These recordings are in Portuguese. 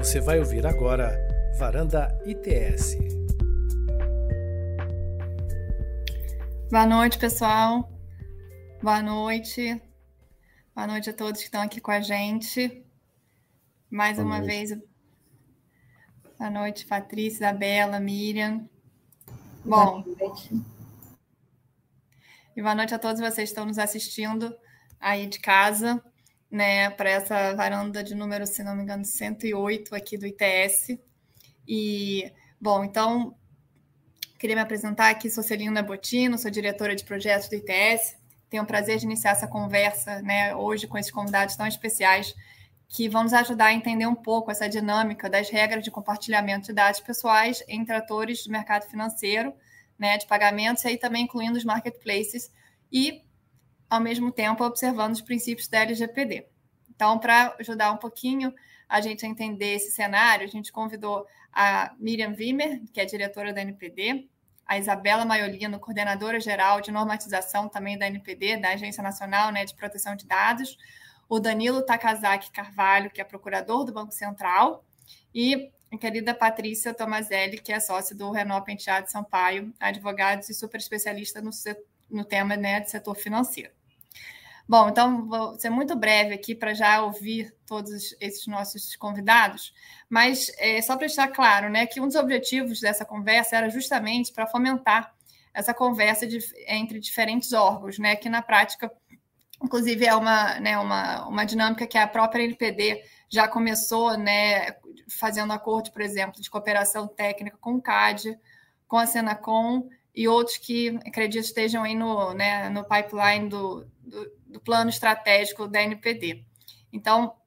Você vai ouvir agora Varanda ITS. Boa noite, pessoal. Boa noite. Boa noite a todos que estão aqui com a gente. Mais uma vez. Boa noite, Patrícia, Isabela, Miriam. Bom, boa noite. E boa noite a todos vocês que estão nos assistindo aí de casa, né, para essa varanda de número, se não me engano, 108 aqui do ITS. E, bom, então, queria me apresentar aqui, sou Celina Bottino, sou diretora de projetos do ITS. Tenho o prazer de iniciar essa conversa, né, hoje com esses convidados tão especiais que vão nos ajudar a entender um pouco essa dinâmica das regras de compartilhamento de dados pessoais entre atores do mercado financeiro, né, de pagamentos, e aí também incluindo os marketplaces e, ao mesmo tempo, observando os princípios da LGPD. Então, para ajudar um pouquinho a gente a entender esse cenário, a gente convidou a Miriam Wimmer, que é diretora da NPD, a Isabela Maiolino, coordenadora geral de normatização também da NPD, da Agência Nacional, né, de Proteção de Dados, o Danilo Takazaki Carvalho, que é procurador do Banco Central, e a querida Patrícia Tomazelli, que é sócia do Renault Penteado Sampaio, advogados e super especialista no tema, né, de setor financeiro. Bom, então vou ser muito breve aqui para já ouvir todos esses nossos convidados, mas só para deixar claro, né, que um dos objetivos dessa conversa era justamente para fomentar essa conversa entre diferentes órgãos, né, que na prática, inclusive, é uma dinâmica que a própria NPD já começou, né, fazendo acordo, por exemplo, de cooperação técnica com o CAD, com a Senacom e outros que, acredito, estejam aí no pipeline do plano estratégico da NPD. Então,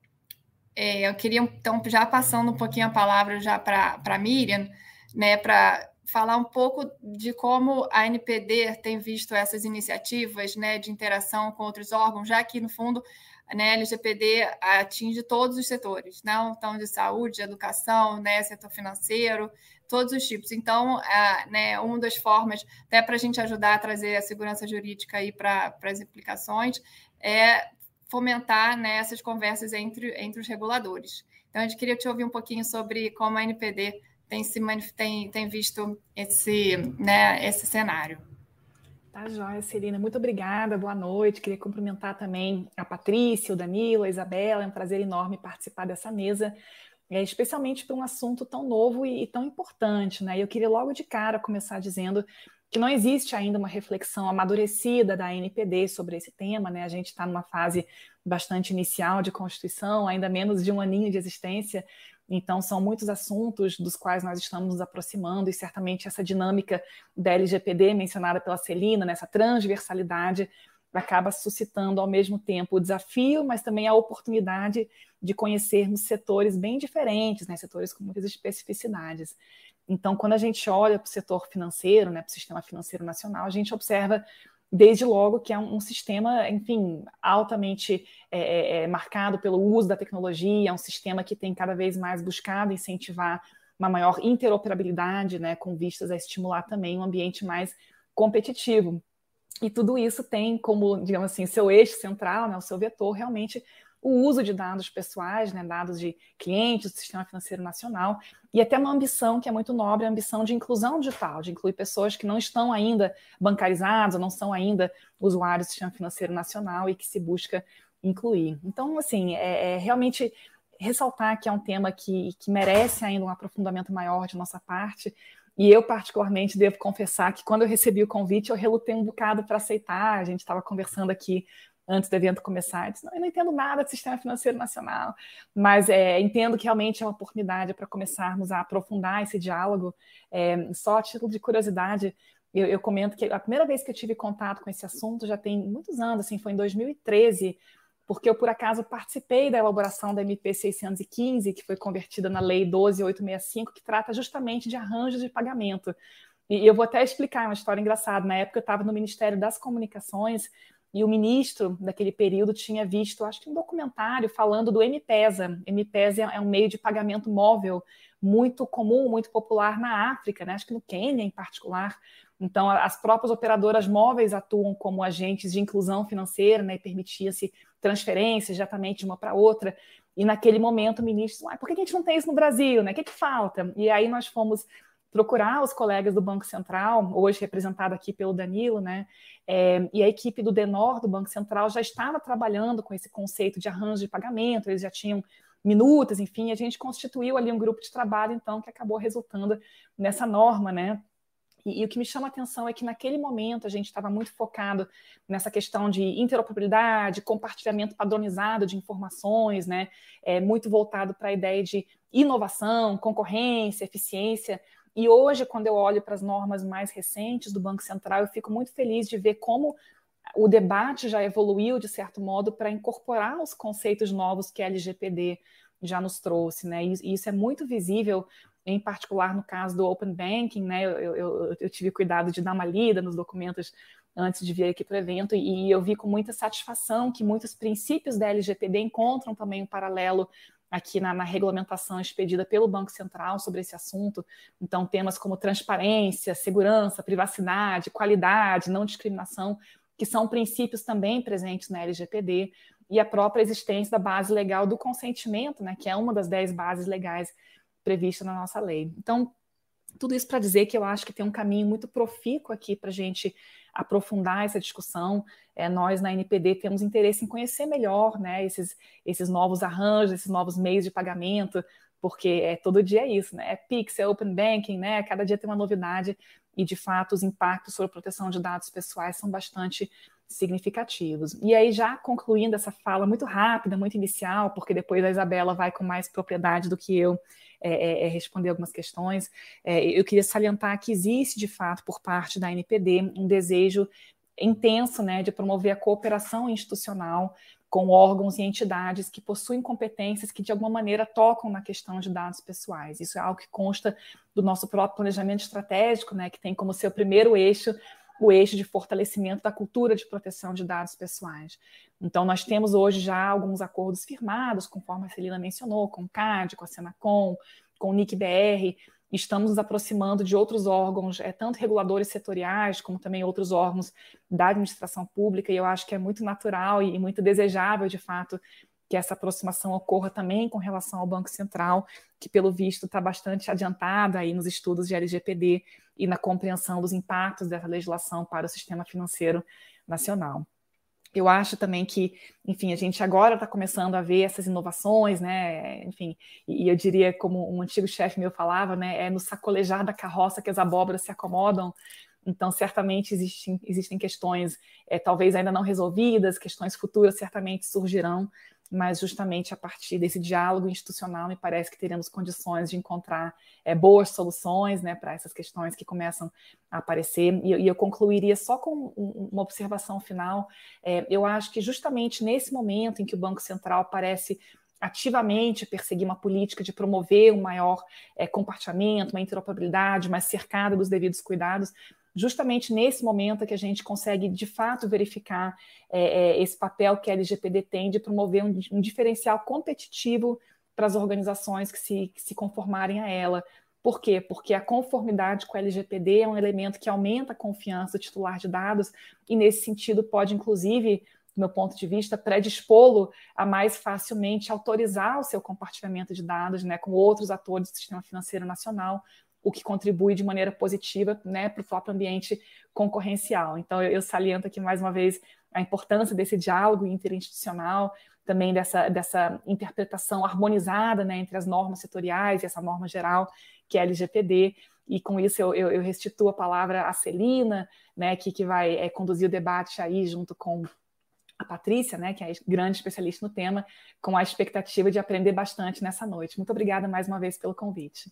eu queria, então, já passando um pouquinho a palavra já para a Miriam, né, para falar um pouco de como a NPD tem visto essas iniciativas, né, de interação com outros órgãos, já que, no fundo, né, a LGPD atinge todos os setores, não então de saúde, de educação, né, setor financeiro, todos os tipos. Então, né, uma das formas, até para a gente ajudar a trazer a segurança jurídica aí para as implicações, é fomentar, né, essas conversas entre os reguladores. Então, a gente queria te ouvir um pouquinho sobre como a NPD tem visto esse cenário. Tá joia, Celina. Muito obrigada, boa noite. Queria cumprimentar também a Patrícia, o Danilo, a Isabela. É um prazer enorme participar dessa mesa, especialmente para um assunto tão novo e tão importante, né? Eu queria logo de cara começar dizendo que não existe ainda uma reflexão amadurecida da NPD sobre esse tema, né? A gente está numa fase bastante inicial de constituição, ainda menos de um aninho de existência. Então, são muitos assuntos dos quais nós estamos nos aproximando, e certamente essa dinâmica da LGPD mencionada pela Celina, nessa transversalidade, acaba suscitando ao mesmo tempo o desafio, mas também a oportunidade de conhecermos setores bem diferentes, né, setores com muitas especificidades. Então, quando a gente olha para o setor financeiro, né, para o sistema financeiro nacional, a gente observa desde logo que é um sistema, enfim, altamente marcado pelo uso da tecnologia, é um sistema que tem cada vez mais buscado incentivar uma maior interoperabilidade, né, com vistas a estimular também um ambiente mais competitivo. E tudo isso tem como, digamos assim, seu eixo central, né, o seu vetor, realmente o uso de dados pessoais, né, dados de clientes do sistema financeiro nacional, e até uma ambição que é muito nobre, a ambição de inclusão digital, de incluir pessoas que não estão ainda bancarizadas, ou não são ainda usuários do sistema financeiro nacional e que se busca incluir. Então, assim, realmente ressaltar que é um tema que merece ainda um aprofundamento maior de nossa parte. E eu, particularmente, devo confessar que quando eu recebi o convite, eu relutei um bocado para aceitar. A gente estava conversando aqui antes do evento começar. Eu disse, não, eu não entendo nada do sistema financeiro nacional, mas entendo que realmente é uma oportunidade para começarmos a aprofundar esse diálogo. Só a título de curiosidade, eu comento que a primeira vez que eu tive contato com esse assunto já tem muitos anos, assim, foi em 2013, porque eu, por acaso, participei da elaboração da MP 615, que foi convertida na Lei 12.865, que trata justamente de arranjos de pagamento. E eu vou até explicar uma história engraçada. Na época, eu estava no Ministério das Comunicações e o ministro daquele período tinha visto, acho que um documentário falando do M-Pesa. M-Pesa é um meio de pagamento móvel muito comum, muito popular na África, né? Acho que no Quênia em particular. Então, as próprias operadoras móveis atuam como agentes de inclusão financeira, né? E permitia-se transferências diretamente de uma para outra. E naquele momento o ministro disse, por que a gente não tem isso no Brasil, né? O que falta? E aí nós fomos procurar os colegas do Banco Central, hoje representado aqui pelo Danilo, né? E a equipe do DENOR, do Banco Central, já estava trabalhando com esse conceito de arranjo de pagamento, eles já tinham minutas, enfim, a gente constituiu ali um grupo de trabalho, então, que acabou resultando nessa norma, né? E o que me chama a atenção é que naquele momento a gente estava muito focado nessa questão de interoperabilidade, compartilhamento padronizado de informações, né? Muito voltado para a ideia de inovação, concorrência, eficiência. E hoje, quando eu olho para as normas mais recentes do Banco Central, eu fico muito feliz de ver como o debate já evoluiu, de certo modo, para incorporar os conceitos novos que a LGPD já nos trouxe, né? E isso é muito visível, em particular no caso do Open Banking, né? Eu tive cuidado de dar uma lida nos documentos antes de vir aqui para o evento, e eu vi com muita satisfação que muitos princípios da LGPD encontram também um paralelo aqui na regulamentação expedida pelo Banco Central sobre esse assunto. Então, temas como transparência, segurança, privacidade, qualidade, não discriminação, que são princípios também presentes na LGPD, e a própria existência da base legal do consentimento, né, que é uma das 10 bases legais previstas na nossa lei. Então, tudo isso para dizer que eu acho que tem um caminho muito profícuo aqui para a gente aprofundar essa discussão. Nós, na NPD, temos interesse em conhecer melhor, né, esses novos arranjos, esses novos meios de pagamento, porque todo dia é isso, né? É Pix, é Open Banking, né? Cada dia tem uma novidade e, de fato, os impactos sobre a proteção de dados pessoais são bastante significativos. E aí, já concluindo essa fala muito rápida, muito inicial, porque depois a Isabela vai com mais propriedade do que eu responder algumas questões, eu queria salientar que existe, de fato, por parte da NPD, um desejo intenso, né, de promover a cooperação institucional com órgãos e entidades que possuem competências que, de alguma maneira, tocam na questão de dados pessoais. Isso é algo que consta do nosso próprio planejamento estratégico, né, que tem como seu primeiro eixo o eixo de fortalecimento da cultura de proteção de dados pessoais. Então, nós temos hoje já alguns acordos firmados, conforme a Celina mencionou, com o CAD, com a Senacom, com o NIC-BR. Estamos nos aproximando de outros órgãos, tanto reguladores setoriais, como também outros órgãos da administração pública, e eu acho que é muito natural e muito desejável, de fato, que essa aproximação ocorra também com relação ao Banco Central, que, pelo visto, está bastante adiantada aí nos estudos de LGPD e na compreensão dos impactos dessa legislação para o sistema financeiro nacional. Eu acho também que, enfim, a gente agora está começando a ver essas inovações, né? Enfim, e eu diria, como um antigo chefe meu falava, né? É no sacolejar da carroça que as abóboras se acomodam. Então, certamente existem questões talvez ainda não resolvidas, questões futuras certamente surgirão, mas justamente a partir desse diálogo institucional me parece que teremos condições de encontrar boas soluções, né, para essas questões que começam a aparecer. E eu concluiria só com uma observação final. Eu acho que justamente nesse momento em que o Banco Central parece ativamente perseguir uma política de promover um maior compartilhamento, uma interoperabilidade, mas cercada dos devidos cuidados, justamente nesse momento é que a gente consegue, de fato, verificar esse papel que a LGPD tem de promover um diferencial competitivo para as organizações que se conformarem a ela. Por quê? Porque a conformidade com a LGPD é um elemento que aumenta a confiança do titular de dados e, nesse sentido, pode, inclusive, do meu ponto de vista, predispô-lo a mais facilmente autorizar o seu compartilhamento de dados, né, com outros atores do sistema financeiro nacional, o que contribui de maneira positiva, né, para o próprio ambiente concorrencial. Então, eu saliento aqui mais uma vez a importância desse diálogo interinstitucional, também dessa interpretação harmonizada, né, entre as normas setoriais e essa norma geral, que é a LGPD, e com isso eu restituo a palavra à Celina, né, que vai conduzir o debate aí junto com a Patrícia, né, que é grande especialista no tema, com a expectativa de aprender bastante nessa noite. Muito obrigada mais uma vez pelo convite.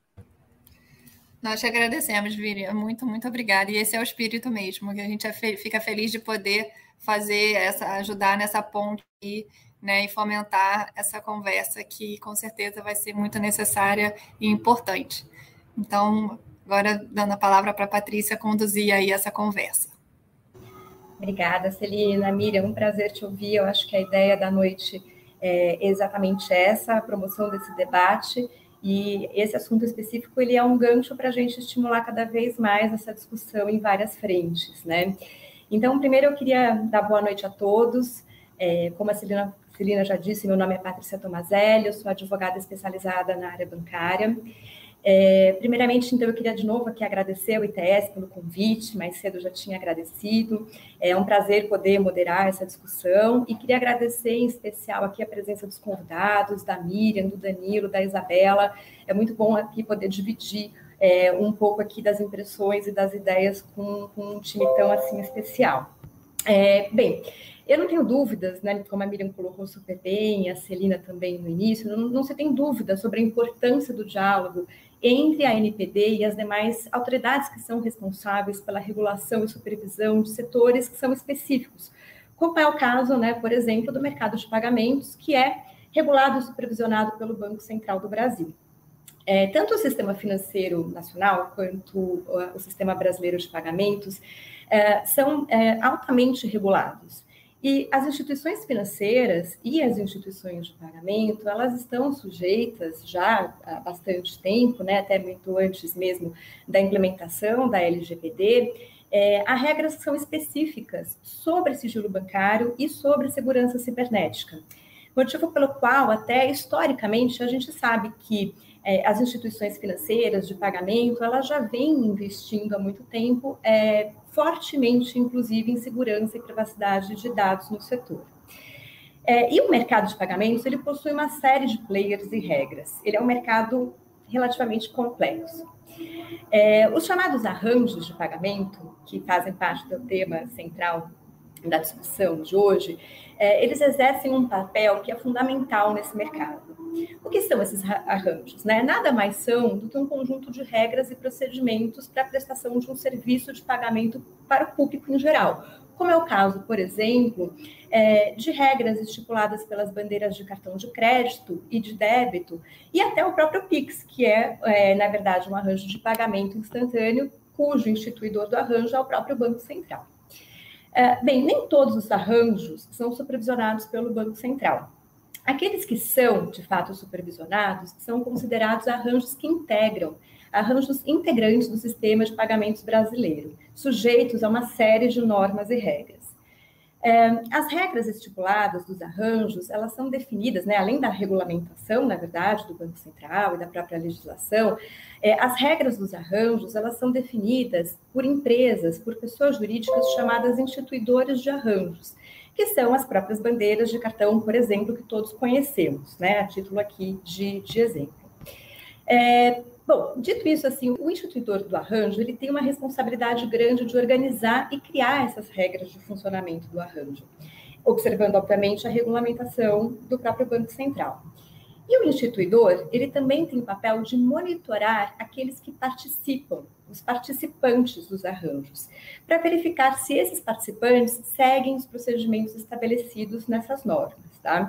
Nós te agradecemos, Viri. Muito, muito obrigada. E esse é o espírito mesmo, que a gente fica feliz de poder ajudar nessa ponte aí, né, e fomentar essa conversa que com certeza vai ser muito necessária e importante. Então, agora dando a palavra para a Patrícia conduzir aí essa conversa. Obrigada, Celina. Miriam, um prazer te ouvir. Eu acho que a ideia da noite é exatamente essa, a promoção desse debate. E esse assunto específico, ele é um gancho para a gente estimular cada vez mais essa discussão em várias frentes, né? Então, primeiro eu queria dar boa noite a todos. Como a Celina Celina já disse, meu nome é Patrícia Tomazelli, eu sou advogada especializada na área bancária. Primeiramente, então, eu queria de novo aqui agradecer ao ITS pelo convite, mais cedo eu já tinha agradecido, é um prazer poder moderar essa discussão, e queria agradecer em especial aqui a presença dos convidados, da Miriam, do Danilo, da Isabela. É muito bom aqui poder dividir um pouco aqui das impressões e das ideias com um time tão assim especial. Bem, eu não tenho dúvidas, né, como a Miriam colocou super bem, a Celina também no início, não se tem dúvida sobre a importância do diálogo entre a ANPD e as demais autoridades que são responsáveis pela regulação e supervisão de setores que são específicos, como é o caso, né, por exemplo, do mercado de pagamentos, que é regulado e supervisionado pelo Banco Central do Brasil. Tanto o sistema financeiro nacional quanto o sistema brasileiro de pagamentos são altamente regulados. E as instituições financeiras e as instituições de pagamento, elas estão sujeitas já há bastante tempo, né, até muito antes mesmo da implementação da LGPD, a regras que são específicas sobre sigilo bancário e sobre segurança cibernética. Motivo pelo qual, até historicamente, a gente sabe que as instituições financeiras de pagamento, elas já vêm investindo há muito tempo, fortemente, inclusive, em segurança e privacidade de dados no setor. E o mercado de pagamentos, ele possui uma série de players e regras. Ele é um mercado relativamente complexo. Os chamados arranjos de pagamento, que fazem parte do tema central da discussão de hoje, eles exercem um papel que é fundamental nesse mercado. O que são esses arranjos, né? Nada mais são do que um conjunto de regras e procedimentos para a prestação de um serviço de pagamento para o público em geral, como é o caso, por exemplo, de regras estipuladas pelas bandeiras de cartão de crédito e de débito, e até o próprio Pix, que na verdade, um arranjo de pagamento instantâneo, cujo instituidor do arranjo é o próprio Banco Central. Bem, nem todos os arranjos são supervisionados pelo Banco Central. Aqueles que são, de fato, supervisionados são considerados arranjos que integram, arranjos integrantes do sistema de pagamentos brasileiro, sujeitos a uma série de normas e regras. As regras estipuladas dos arranjos, elas são definidas, né, além da regulamentação, na verdade, do Banco Central e da própria legislação, as regras dos arranjos, elas são definidas por empresas, por pessoas jurídicas chamadas instituidores de arranjos, que são as próprias bandeiras de cartão, por exemplo, que todos conhecemos, né, a título aqui de exemplo. Bom, dito isso, assim, o instituidor do arranjo, ele tem uma responsabilidade grande de organizar e criar essas regras de funcionamento do arranjo, observando, obviamente, a regulamentação do próprio Banco Central. E o instituidor, ele também tem o papel de monitorar aqueles que participam, os participantes dos arranjos, para verificar se esses participantes seguem os procedimentos estabelecidos nessas normas, tá?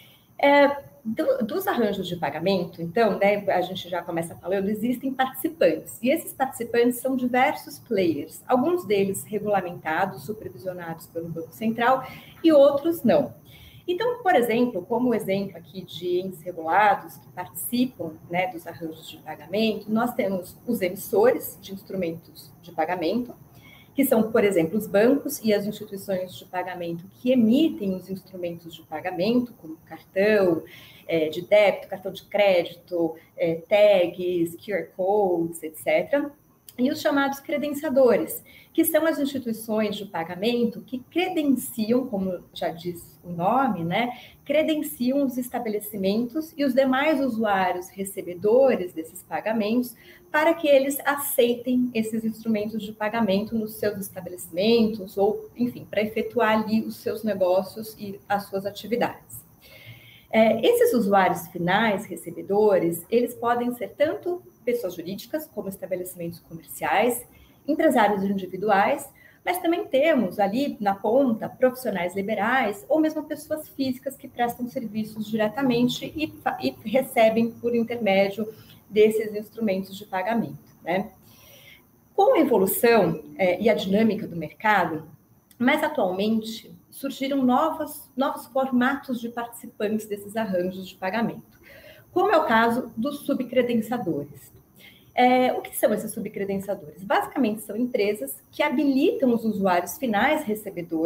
Dos arranjos de pagamento, então, né, a gente já começa falando, existem participantes, e esses participantes são diversos players, alguns deles regulamentados, supervisionados pelo Banco Central, e outros não. Então, por exemplo, como exemplo aqui de entes regulados que participam, né, dos arranjos de pagamento, nós temos os emissores de instrumentos de pagamento, que são, por exemplo, os bancos e as instituições de pagamento que emitem os instrumentos de pagamento, como cartão de débito, cartão de crédito, tags, QR codes, etc., e os chamados credenciadores, que são as instituições de pagamento que credenciam, como já diz o nome, né, credenciam os estabelecimentos e os demais usuários recebedores desses pagamentos para que eles aceitem esses instrumentos de pagamento nos seus estabelecimentos ou, enfim, para efetuar ali os seus negócios e as suas atividades. Esses usuários finais, recebedores, eles podem ser tanto pessoas jurídicas, como estabelecimentos comerciais, empresários individuais, mas também temos ali na ponta profissionais liberais ou mesmo pessoas físicas que prestam serviços diretamente e recebem por intermédio desses instrumentos de pagamento, né? Com a evolução e a dinâmica do mercado, mas atualmente surgiram novos formatos de participantes desses arranjos de pagamento, como é o caso dos subcredenciadores. O que são esses subcredenciadores? Basicamente, são empresas que habilitam os usuários finais recebedores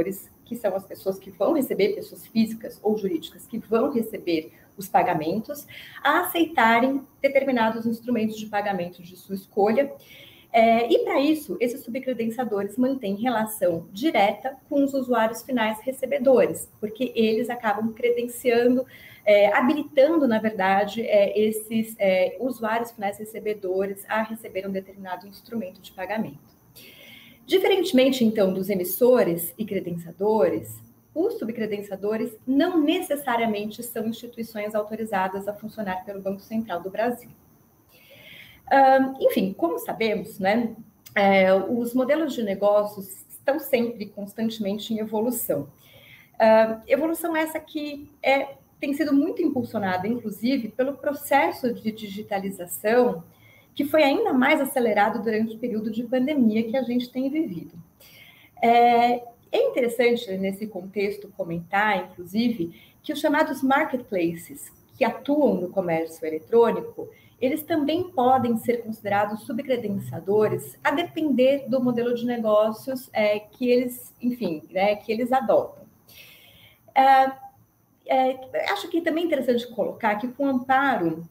que são as pessoas que vão receber, pessoas físicas ou jurídicas que vão receber os pagamentos, a aceitarem determinados instrumentos de pagamento de sua escolha. E para isso, esses subcredenciadores mantêm relação direta com os usuários finais recebedores, porque eles acabam credenciando, habilitando, na verdade, esses usuários finais recebedores a receber um determinado instrumento de pagamento. Diferentemente, então, dos emissores e credenciadores, os subcredenciadores não necessariamente são instituições autorizadas a funcionar pelo Banco Central do Brasil. Enfim, como sabemos, né, os modelos de negócios estão sempre constantemente em evolução. Evolução essa que tem sido muito impulsionada, inclusive, pelo processo de digitalização, que foi ainda mais acelerado durante o período de pandemia que a gente tem vivido. É interessante, nesse contexto, comentar, inclusive, que os chamados marketplaces, que atuam no comércio eletrônico, eles também podem ser considerados subcredenciadores, a depender do modelo de negócios que eles, enfim, que eles adotam. Acho que também é interessante colocar que, com o amparo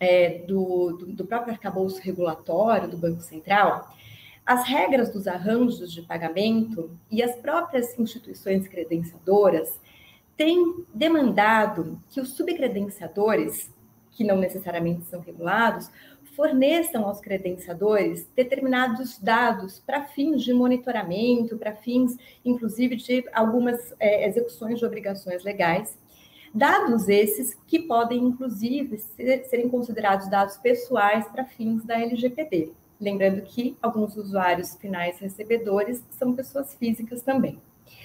do próprio arcabouço regulatório do Banco Central, as regras dos arranjos de pagamento e as próprias instituições credenciadoras têm demandado que os subcredenciadores, que não necessariamente são regulados, forneçam aos credenciadores determinados dados para fins de monitoramento, para fins, inclusive, de algumas execuções de obrigações legais. Dados esses que podem, inclusive, serem considerados dados pessoais para fins da LGPD. Lembrando que alguns usuários finais recebedores são pessoas físicas também.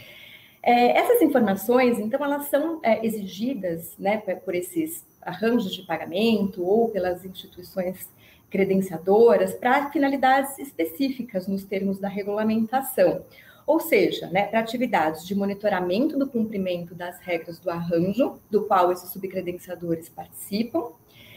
Essas informações, então, elas são exigidas, né, por esses arranjos de pagamento ou pelas instituições credenciadoras para finalidades específicas nos termos da regulamentação. Ou seja, né, para atividades de monitoramento do cumprimento das regras do arranjo, do qual esses subcredenciadores participam,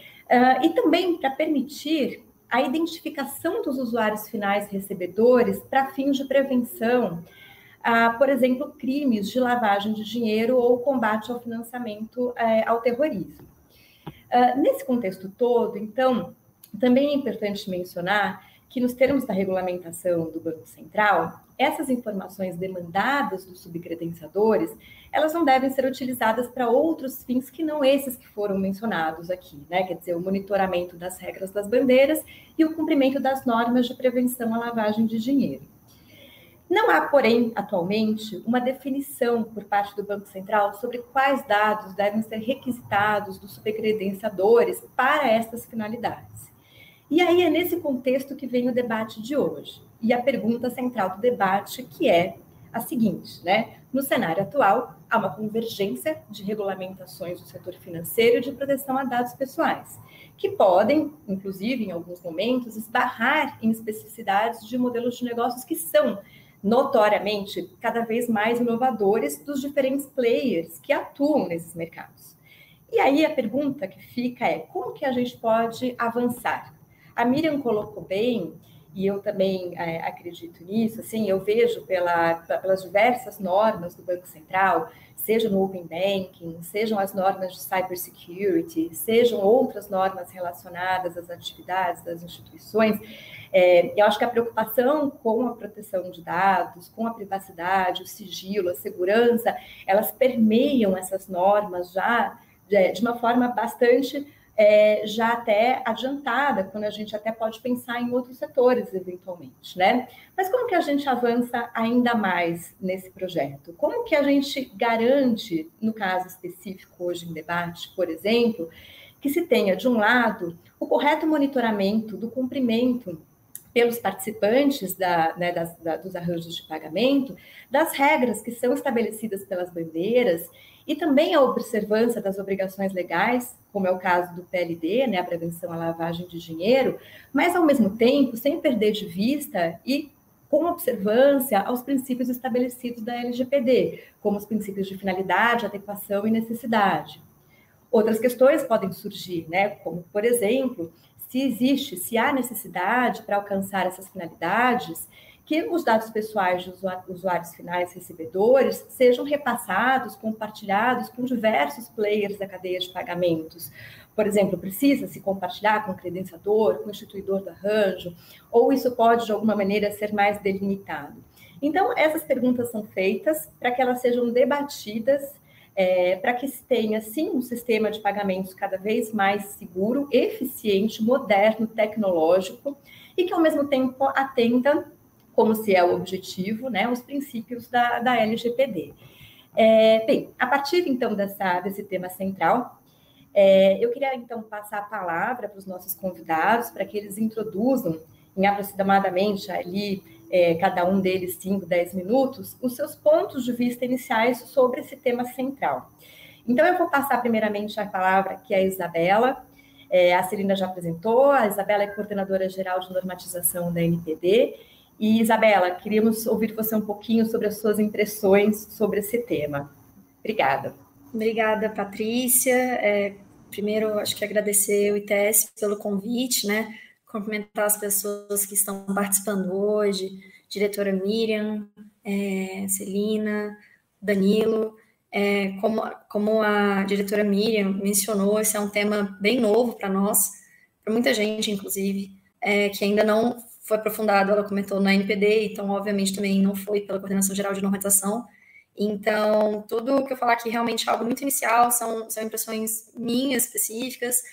e também para permitir a identificação dos usuários finais recebedores para fins de prevenção, por exemplo, crimes de lavagem de dinheiro ou combate ao financiamento ao terrorismo. Nesse contexto todo, então, também é importante mencionar que, nos termos da regulamentação do Banco Central, essas informações demandadas dos subcredenciadores, elas não devem ser utilizadas para outros fins que não esses que foram mencionados aqui, né? Quer dizer, o monitoramento das regras das bandeiras e o cumprimento das normas de prevenção à lavagem de dinheiro. Não há, porém, atualmente, uma definição por parte do Banco Central sobre quais dados devem ser requisitados dos subcredenciadores para estas finalidades. E aí é nesse contexto que vem o debate de hoje. E a pergunta central do debate, que é a seguinte, né? No cenário atual, há uma convergência de regulamentações do setor financeiro e de proteção a dados pessoais, que podem, inclusive, em alguns momentos, esbarrar em especificidades de modelos de negócios que são notoriamente cada vez mais inovadores dos diferentes players que atuam nesses mercados. E aí a pergunta que fica é, como que a gente pode avançar? A Miriam colocou bem, e eu também acredito nisso, assim, eu vejo pelas diversas normas do Banco Central, seja no Open Banking, sejam as normas de Cybersecurity, sejam outras normas relacionadas às atividades das instituições, eu acho que a preocupação com a proteção de dados, com a privacidade, o sigilo, a segurança, elas permeiam essas normas já de uma forma bastante já até adiantada, quando a gente até pode pensar em outros setores, eventualmente, né? Mas como que a gente avança ainda mais nesse projeto? Como que a gente garante, no caso específico hoje em debate, por exemplo, que se tenha, de um lado, o correto monitoramento do cumprimento pelos participantes dos arranjos de pagamento, das regras que são estabelecidas pelas bandeiras e também a observância das obrigações legais, como é o caso do PLD, né, a prevenção à lavagem de dinheiro, mas, ao mesmo tempo, sem perder de vista e com observância aos princípios estabelecidos da LGPD, como os princípios de finalidade, adequação e necessidade. Outras questões podem surgir, né, como, por exemplo, se há necessidade para alcançar essas finalidades, que os dados pessoais dos usuários finais recebedores sejam repassados, compartilhados com diversos players da cadeia de pagamentos. Por exemplo, precisa se compartilhar com o credenciador, com o instituidor do arranjo, ou isso pode, de alguma maneira, ser mais delimitado? Então, essas perguntas são feitas para que elas sejam debatidas, para que se tenha, sim, um sistema de pagamentos cada vez mais seguro, eficiente, moderno, tecnológico, e que, ao mesmo tempo, atenda, como se é o objetivo, né, os princípios da LGPD. Bem, a partir, então, desse tema central, eu queria, então, passar a palavra para os nossos convidados, para que eles introduzam, em aproximadamente ali, cada um deles 5, 10 minutos, os seus pontos de vista iniciais sobre esse tema central. Então, eu vou passar primeiramente a palavra aqui à Isabela. A Celina já apresentou, a Isabela é coordenadora geral de normatização da NPD. E, Isabela, queríamos ouvir você um pouquinho sobre as suas impressões sobre esse tema. Obrigada. Obrigada, Patrícia. Primeiro, acho que agradecer o ITS pelo convite, né? Cumprimentar as pessoas que estão participando hoje, diretora Miriam, Celina, Danilo. Como a diretora Miriam mencionou, esse é um tema bem novo para nós, para muita gente, inclusive, que ainda não foi aprofundado, ela comentou, na NPD, então, obviamente, também não foi pela Coordenação Geral de Normatização. Então, tudo o que eu falar aqui realmente é algo muito inicial, são impressões minhas específicas,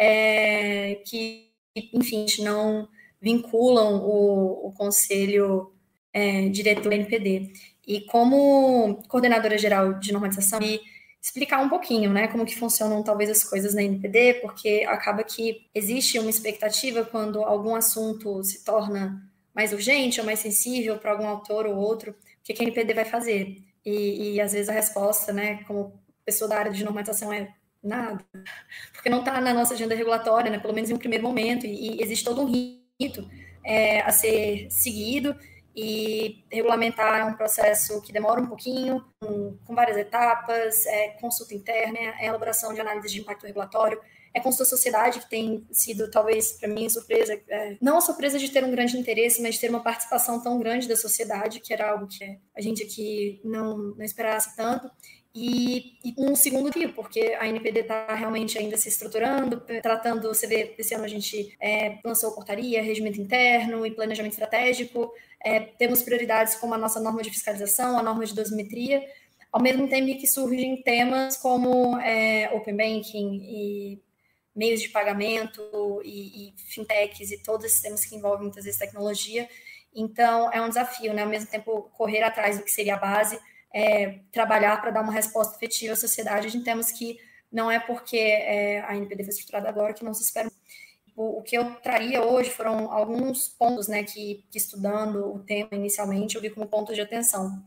que, enfim, não vinculam o Conselho Diretor da NPD. E como coordenadora geral de normatização, explicar um pouquinho, né, como que funcionam talvez as coisas na NPD, porque acaba que existe uma expectativa quando algum assunto se torna mais urgente ou mais sensível para algum autor ou outro, o que a NPD vai fazer? E às vezes a resposta, né, como pessoa da área de normatização é nada, porque não está na nossa agenda regulatória, né, pelo menos em um primeiro momento, e existe todo um rito a ser seguido, e regulamentar é um processo que demora um pouquinho, com várias etapas, consulta interna, elaboração de análise de impacto regulatório, consulta à sociedade, que tem sido, talvez, para mim, surpresa, não a surpresa de ter um grande interesse, mas de ter uma participação tão grande da sociedade, que era algo que a gente aqui não esperasse tanto, e um segundo fio, porque a NPD está realmente ainda se estruturando, tratando, você vê, esse ano a gente lançou portaria, regimento interno e planejamento estratégico, temos prioridades como a nossa norma de fiscalização, a norma de dosimetria, ao mesmo tempo que surgem temas como Open Banking e meios de pagamento e fintechs e todos esses temas que envolvem muitas vezes tecnologia. Então, é um desafio, né? Ao mesmo tempo, correr atrás do que seria a base, trabalhar para dar uma resposta efetiva à sociedade de temas que não é porque a NPD foi estruturada agora que não se espera. O que eu traria hoje foram alguns pontos, né, que estudando o tema inicialmente, eu vi como pontos de atenção.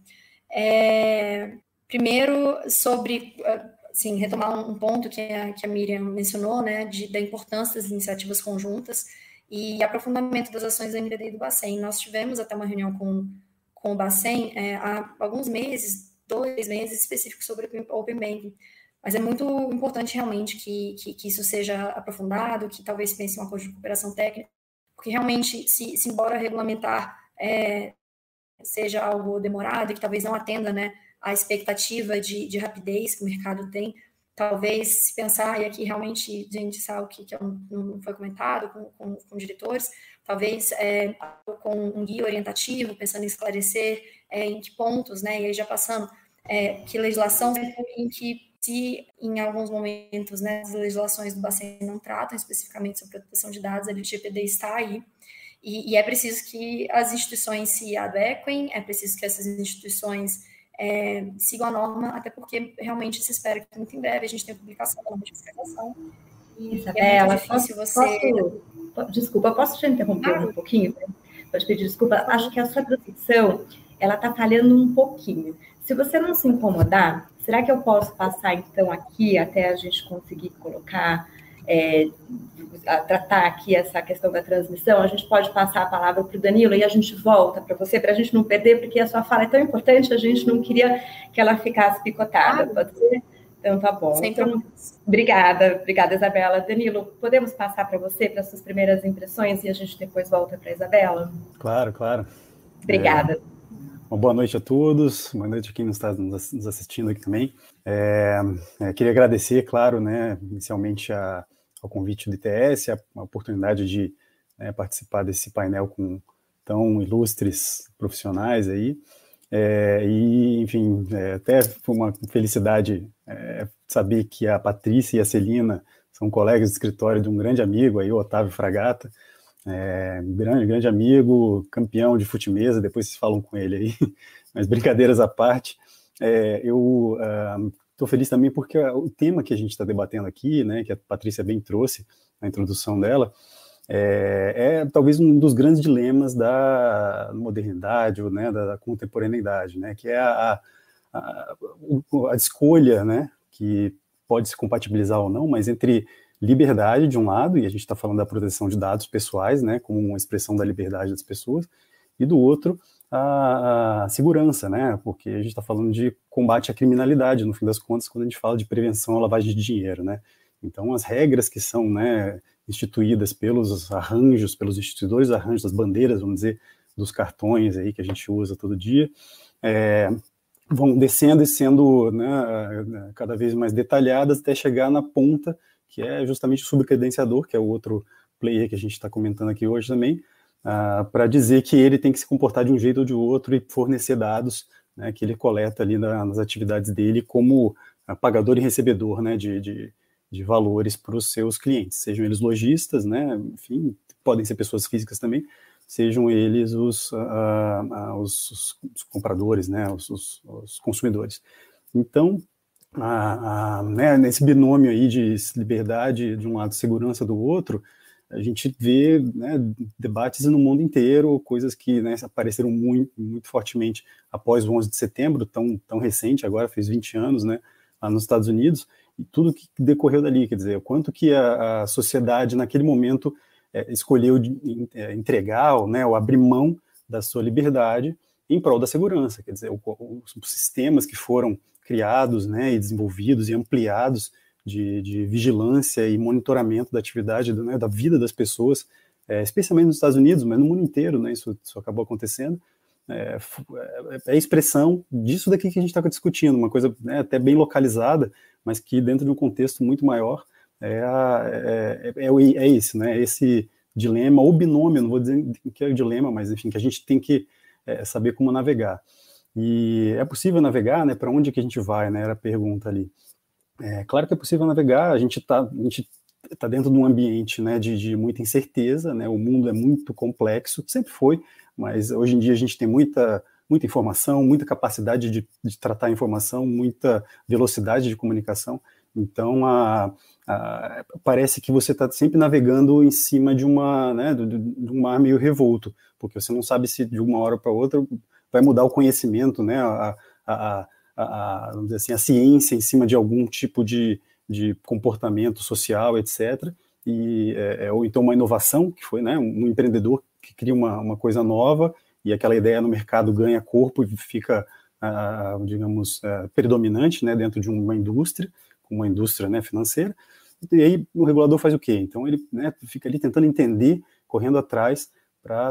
Primeiro, sobre, assim, retomar um ponto que a Miriam mencionou, né, da importância das iniciativas conjuntas e aprofundamento das ações da NPD e do Bacen. Nós tivemos até uma reunião com o Bacen há alguns meses, 2 meses, específicos sobre o Open Banking. Mas é muito importante realmente que isso seja aprofundado, que talvez pense em um acordo de cooperação técnica, porque realmente, se embora regulamentar seja algo demorado e que talvez não atenda, né, a expectativa de rapidez que o mercado tem, talvez se pensar, e aqui realmente, gente, sabe que não foi comentado com diretores, talvez com um guia orientativo, pensando em esclarecer em que pontos, né, e aí já passando, que legislação em que, se em alguns momentos, né, as legislações do Bacen não tratam especificamente sobre proteção de dados, a LGPD está aí, e é preciso que as instituições se adequem, é preciso que essas instituições sigam a norma, até porque realmente se espera que muito em breve a gente tenha publicação da norma de fiscalização. Isabela, é muito difícil desculpa, posso te interromper um pouquinho? Pode pedir desculpa, acho que a sua tradução, ela está falhando um pouquinho. Se você não se incomodar, será que eu posso passar, então, aqui, até a gente conseguir colocar, tratar aqui essa questão da transmissão? A gente pode passar a palavra para o Danilo e a gente volta para você, para a gente não perder, porque a sua fala é tão importante, a gente não queria que ela ficasse picotada, pode ser? Então, tá bom. Então, obrigada, Isabela. Danilo, podemos passar para você, para as suas primeiras impressões, e a gente depois volta para a Isabela? Claro. Obrigada. Uma boa noite a todos, boa noite a quem está nos assistindo aqui também. Queria agradecer, claro, né, inicialmente ao convite do ITS, a oportunidade de participar desse painel com tão ilustres profissionais aí. E, enfim, até foi uma felicidade saber que a Patrícia e a Celina são colegas de escritório de um grande amigo aí, o Otávio Fragata, grande amigo, campeão de fute-mesa, depois vocês falam com ele aí, mas brincadeiras à parte, eu estou feliz também porque o tema que a gente está debatendo aqui, né, que a Patrícia bem trouxe na introdução dela, talvez um dos grandes dilemas da modernidade, ou, né, da contemporaneidade, né, que é a escolha, né, que pode se compatibilizar ou não, mas entre liberdade de um lado, e a gente está falando da proteção de dados pessoais, né, como uma expressão da liberdade das pessoas, e do outro, a segurança, né, porque a gente está falando de combate à criminalidade, no fim das contas, quando a gente fala de prevenção à lavagem de dinheiro, né. Então, as regras que são, né, instituídas pelos arranjos, pelos instituidores arranjos, das bandeiras, vamos dizer, dos cartões aí que a gente usa todo dia, vão descendo e sendo, né, cada vez mais detalhadas até chegar na ponta, que é justamente o subcredenciador, que é o outro player que a gente está comentando aqui hoje também, para dizer que ele tem que se comportar de um jeito ou de outro e fornecer dados, né, que ele coleta ali nas atividades dele como pagador e recebedor, né, de valores para os seus clientes, sejam eles lojistas, né, enfim, podem ser pessoas físicas também, sejam eles os compradores, né, os consumidores. Então, né, nesse binômio aí de liberdade de um lado, segurança do outro, a gente vê, né, debates no mundo inteiro, coisas que, né, apareceram muito, muito fortemente após o 11 de setembro, tão recente, agora fez 20 anos, né, lá nos Estados Unidos, e tudo que decorreu dali, quer dizer, o quanto que a sociedade naquele momento escolheu entregar, né, ou abrir mão da sua liberdade em prol da segurança, quer dizer, os sistemas que foram criados, né, e desenvolvidos e ampliados de vigilância e monitoramento da atividade, né, da vida das pessoas, especialmente nos Estados Unidos, mas no mundo inteiro, né, isso acabou acontecendo, é a expressão disso daqui que a gente está discutindo, uma coisa, né, até bem localizada, mas que dentro de um contexto muito maior é esse, né, esse dilema ou binômio, não vou dizer que é o dilema, mas enfim, que a gente tem que saber como navegar. E é possível navegar, né, para onde que a gente vai, né, era a pergunta ali. Claro que é possível navegar, a gente tá dentro de um ambiente, né, de muita incerteza, né, o mundo é muito complexo, sempre foi, mas hoje em dia a gente tem muita informação, muita capacidade de tratar a informação, muita velocidade de comunicação, então parece que você está sempre navegando em cima de de um mar meio revolto, porque você não sabe se de uma hora para outra vai mudar o conhecimento, né, vamos dizer assim, a ciência em cima de algum tipo de comportamento social, etc., ou então uma inovação, que foi, né, um empreendedor que cria uma coisa nova, e aquela ideia no mercado ganha corpo e fica, digamos, predominante, né, dentro de uma indústria, como uma indústria, né, financeira, e aí o regulador faz o quê? Então ele, né, fica ali tentando entender, correndo atrás, para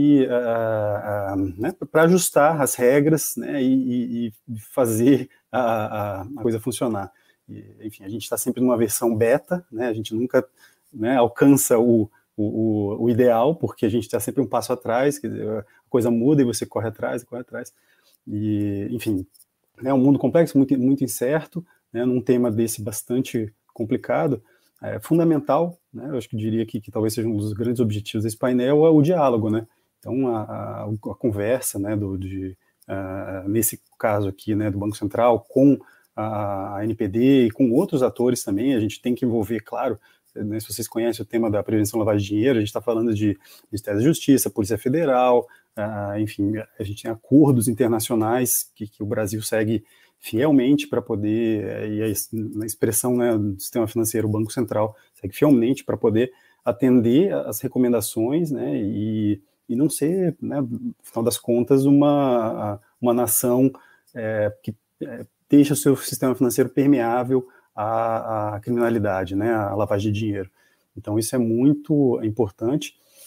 né, para ajustar as regras, né, e fazer a coisa funcionar. Enfim, a gente está sempre numa versão beta, né, a gente nunca, né, alcança o ideal, porque a gente está sempre um passo atrás, quer dizer, a coisa muda e você corre atrás, e enfim, é um mundo complexo, muito, muito incerto, né, num tema desse bastante complicado, fundamental, né, eu acho que diria que talvez seja um dos grandes objetivos desse painel, é o diálogo, né, então a conversa, né, nesse caso aqui, né, do Banco Central, com a NPD e com outros atores também, a gente tem que envolver, claro, né, se vocês conhecem o tema da prevenção da lavagem de dinheiro, a gente está falando de Ministério da Justiça, Polícia Federal, enfim, a gente tem acordos internacionais que o Brasil segue fielmente para poder, e na expressão, né, do sistema financeiro, o Banco Central segue fielmente para poder atender as recomendações, né, e não ser, né, no final das contas, uma nação que deixa o seu sistema financeiro permeável à criminalidade, né, à lavagem de dinheiro. Então isso é muito importante.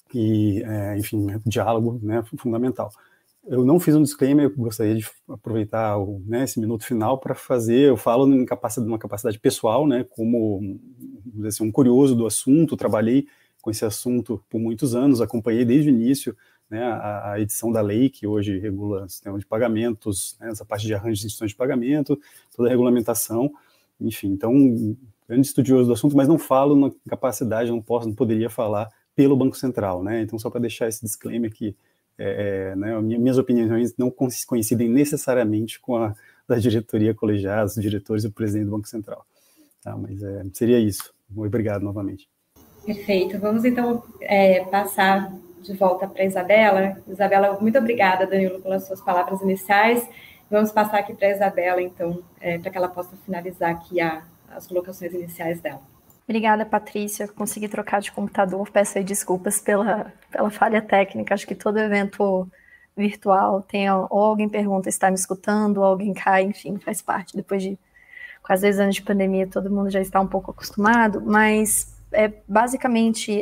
e enfim, diálogo, né, fundamental. Eu não fiz um disclaimer, eu gostaria de aproveitar esse minuto final para fazer, eu falo numa capacidade pessoal, né, como, vamos dizer assim, um curioso do assunto, trabalhei com esse assunto por muitos anos, acompanhei desde o início, né, a edição da lei que hoje regula o sistema de pagamentos, né, essa parte de arranjos de instituições de pagamento, toda a regulamentação, enfim, então, grande estudioso do assunto, mas não falo na capacidade, não poderia falar pelo Banco Central, né, então só para deixar esse disclaimer que né, minhas opiniões não coincidem necessariamente com a da diretoria colegiada, os diretores e o presidente do Banco Central. Tá, mas seria isso. Obrigado novamente. Perfeito. Vamos então passar de volta para a Isabela. Isabela, muito obrigada, Danilo, pelas suas palavras iniciais. Vamos passar aqui para a Isabela, então, para que ela possa finalizar aqui as colocações iniciais dela. Obrigada, Patrícia. Consegui trocar de computador. Peço aí desculpas pela falha técnica. Acho que todo evento virtual tem ou alguém pergunta se está me escutando, ou alguém cai, enfim, faz parte. Depois de quase 2 anos de pandemia, todo mundo já está um pouco acostumado, mas basicamente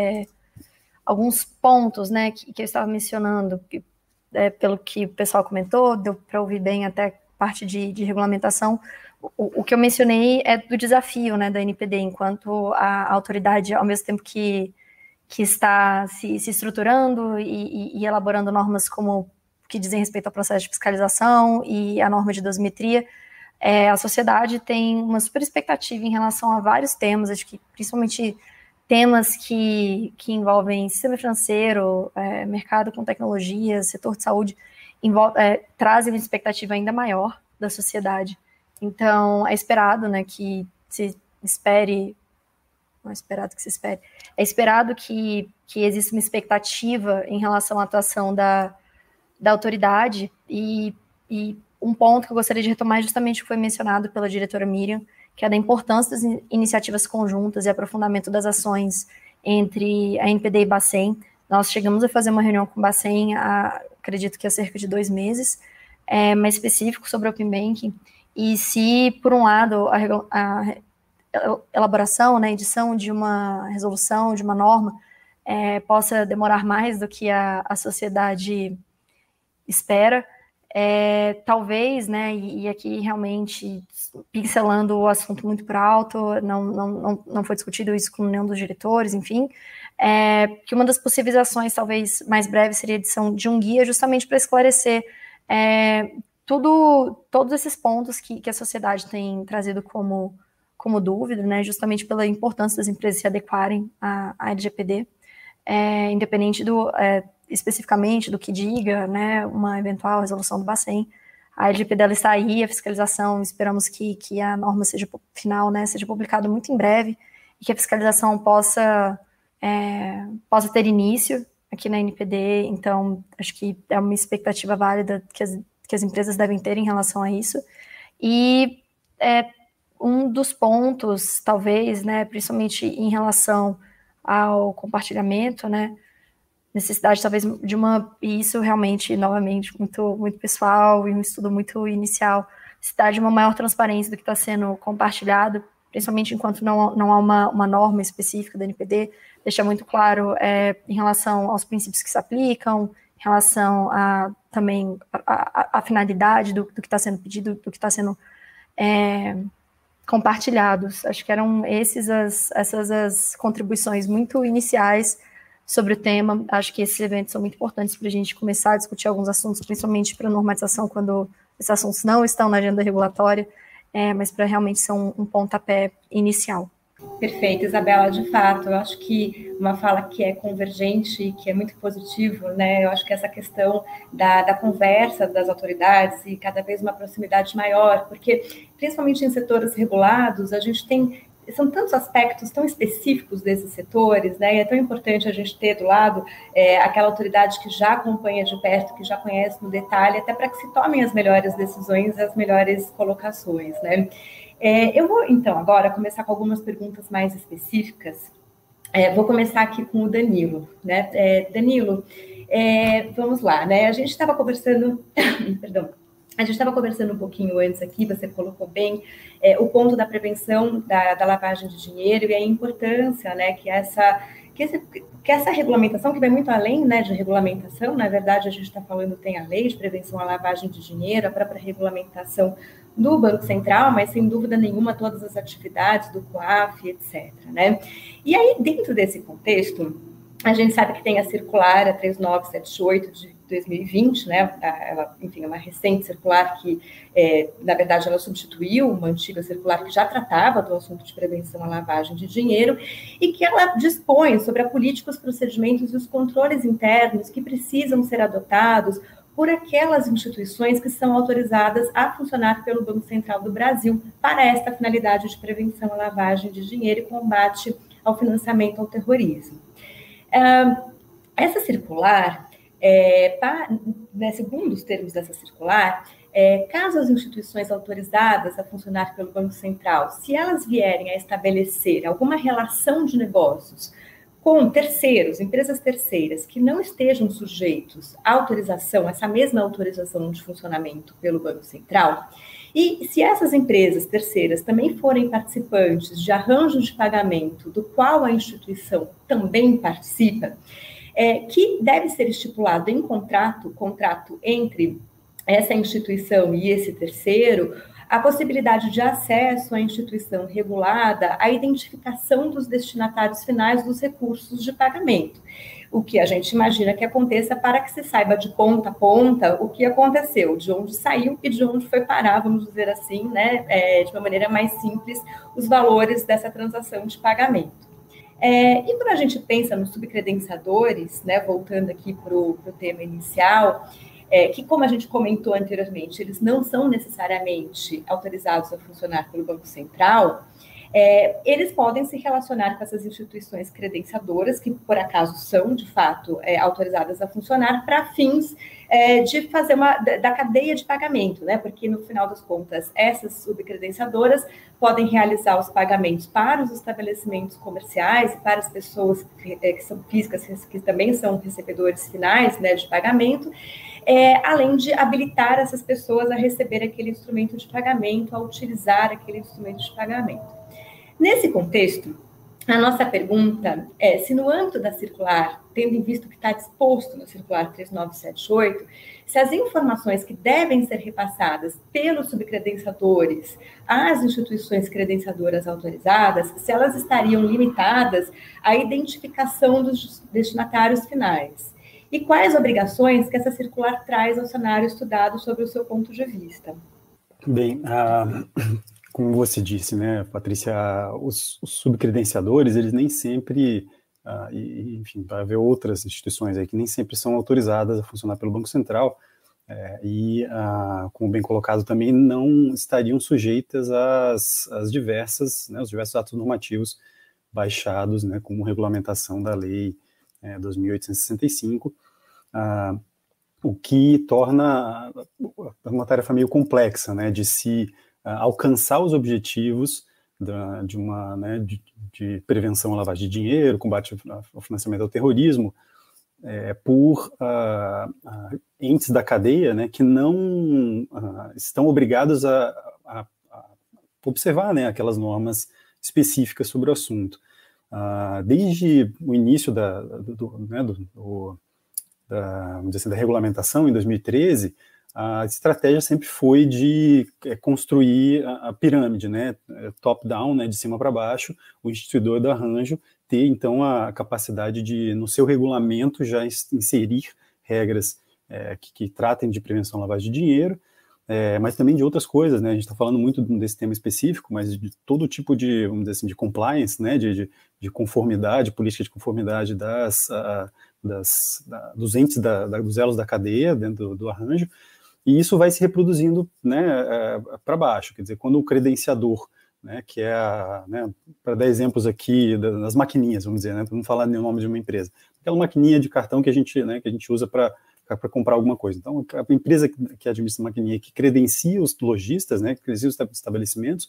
alguns pontos, né, que eu estava mencionando, pelo que o pessoal comentou, deu para ouvir bem até parte de regulamentação. O que eu mencionei é do desafio, né, da NPD, enquanto a autoridade, ao mesmo tempo que está se estruturando e elaborando normas como que dizem respeito ao processo de fiscalização e a norma de dosimetria, a sociedade tem uma super expectativa em relação a vários temas, acho que principalmente temas que envolvem sistema financeiro, mercado com tecnologia, setor de saúde, trazem uma expectativa ainda maior da sociedade. Então, é esperado, né, que se espere, não é esperado que se espere, é esperado que exista uma expectativa em relação à atuação da autoridade, e um ponto que eu gostaria de retomar é justamente o que foi mencionado pela diretora Miriam, que é da importância das iniciativas conjuntas e aprofundamento das ações entre a NPD e Bacen. Nós chegamos a fazer uma reunião com o Bacen, acredito que há cerca de 2 meses, mais específico sobre o Open Banking. E se, por um lado, a elaboração, né, edição de uma resolução, de uma norma, possa demorar mais do que a sociedade espera, talvez, né, e aqui realmente pincelando o assunto muito por alto, não foi discutido isso com nenhum dos diretores, enfim, que uma das possíveis ações, talvez mais breve, seria a edição de um guia, justamente para esclarecer todos esses pontos que a sociedade tem trazido como dúvida, né, justamente pela importância das empresas se adequarem à LGPD, independente especificamente do que diga, né, uma eventual resolução do Bacen. A LGPD ela está aí, a fiscalização, esperamos que a norma final, né, seja publicada muito em breve, e que a fiscalização possa ter início aqui na NPD. Então, acho que é uma expectativa válida que as empresas devem ter em relação a isso. E um dos pontos, talvez, né, principalmente em relação ao compartilhamento, né, necessidade talvez e isso realmente, novamente, muito, muito pessoal e um estudo muito inicial, necessidade de uma maior transparência do que está sendo compartilhado, principalmente enquanto não há uma norma específica da NPD, deixar muito claro em relação aos princípios que se aplicam, em relação também a finalidade do que está sendo pedido, do que está sendo compartilhados. Acho que eram essas as contribuições muito iniciais sobre o tema. Acho que esses eventos são muito importantes para a gente começar a discutir alguns assuntos, principalmente para normatização, quando esses assuntos não estão na agenda regulatória, mas para realmente ser um pontapé inicial. Perfeito, Isabela, de fato, eu acho que uma fala que é convergente, que é muito positivo, né, eu acho que essa questão da conversa das autoridades e cada vez uma proximidade maior, porque principalmente em setores regulados, a gente são tantos aspectos tão específicos desses setores, né, e é tão importante a gente ter do lado aquela autoridade que já acompanha de perto, que já conhece no detalhe, até para que se tomem as melhores decisões, as melhores colocações, né. Eu vou, então, agora começar com algumas perguntas mais específicas. Vou começar aqui com o Danilo, né? Danilo, vamos lá, né? A gente estava conversando, perdão, a gente estava conversando um pouquinho antes aqui, você colocou bem o ponto da prevenção da lavagem de dinheiro e a importância, né, que essa que essa regulamentação, que vai muito além, né, de regulamentação, na verdade, a gente está falando, tem a lei de prevenção à lavagem de dinheiro, a própria regulamentação do Banco Central, mas, sem dúvida nenhuma, todas as atividades do COAF, etc., né? E aí, dentro desse contexto, a gente sabe que tem a circular, a 3978 de 2020, né? Ela, enfim, é uma recente circular que, na verdade, ela substituiu uma antiga circular que já tratava do assunto de prevenção à lavagem de dinheiro e que ela dispõe sobre a política, os procedimentos e os controles internos que precisam ser adotados por aquelas instituições que são autorizadas a funcionar pelo Banco Central do Brasil para esta finalidade de prevenção à lavagem de dinheiro e combate ao financiamento ao terrorismo. Essa circular, segundo os termos dessa circular, caso as instituições autorizadas a funcionar pelo Banco Central, se elas vierem a estabelecer alguma relação de negócios com terceiros, empresas terceiras, que não estejam sujeitos à autorização, essa mesma autorização de funcionamento pelo Banco Central, e se essas empresas terceiras também forem participantes de arranjo de pagamento do qual a instituição também participa, que deve ser estipulado em contrato entre essa instituição e esse terceiro, a possibilidade de acesso à instituição regulada, a identificação dos destinatários finais dos recursos de pagamento. O que a gente imagina que aconteça para que se saiba de ponta a ponta o que aconteceu, de onde saiu e de onde foi parar, vamos dizer assim, né, de uma maneira mais simples, os valores dessa transação de pagamento. E quando a gente pensa nos subcredenciadores, né, voltando aqui para o tema inicial, que, como a gente comentou anteriormente, eles não são necessariamente autorizados a funcionar pelo Banco Central, eles podem se relacionar com essas instituições credenciadoras, que por acaso são, de fato, autorizadas a funcionar para fins de fazer da cadeia de pagamento, né? Porque, no final das contas, essas subcredenciadoras podem realizar os pagamentos para os estabelecimentos comerciais, para as pessoas que são físicas, que também são recebedores finais, né, de pagamento, além de habilitar essas pessoas a receber aquele instrumento de pagamento, a utilizar aquele instrumento de pagamento. Nesse contexto, a nossa pergunta é se no âmbito da circular, tendo em vista o que está disposto na circular 3978, se as informações que devem ser repassadas pelos subcredenciadores às instituições credenciadoras autorizadas, se elas estariam limitadas à identificação dos destinatários finais. E quais obrigações que essa circular traz ao cenário estudado sobre o seu ponto de vista? Bem, como você disse, né, Patrícia, os subcredenciadores, eles nem sempre, enfim, vai haver outras instituições aí que nem sempre são autorizadas a funcionar pelo Banco Central, como bem colocado também, não estariam sujeitas às diversas, né, os diversos atos normativos baixados, né, como regulamentação da Lei 2.865, o que torna uma tarefa meio complexa, né, de se alcançar os objetivos de prevenção à lavagem de dinheiro, combate ao financiamento ao terrorismo, por entes da cadeia, né, que não estão obrigados a observar, né, aquelas normas específicas sobre o assunto. Desde o início da regulamentação, em 2013, a estratégia sempre foi de construir a pirâmide, né, top-down, né, de cima para baixo, o instituidor do arranjo ter, então, a capacidade de, no seu regulamento, já inserir regras que tratem de prevenção à lavagem de dinheiro, mas também de outras coisas, né, a gente está falando muito desse tema específico, mas de todo tipo de, vamos dizer assim, de compliance, né, de conformidade, política de conformidade dos entes, dos elos da cadeia dentro do arranjo, e isso vai se reproduzindo, né, para baixo. Quer dizer, quando o credenciador, né, que é para dar exemplos aqui das maquininhas, vamos dizer, né, para não falar nem o nome de uma empresa, aquela maquininha de cartão que a gente usa para comprar alguma coisa. Então, a empresa que administra a maquininha, que credencia os lojistas, né, que credencia os estabelecimentos,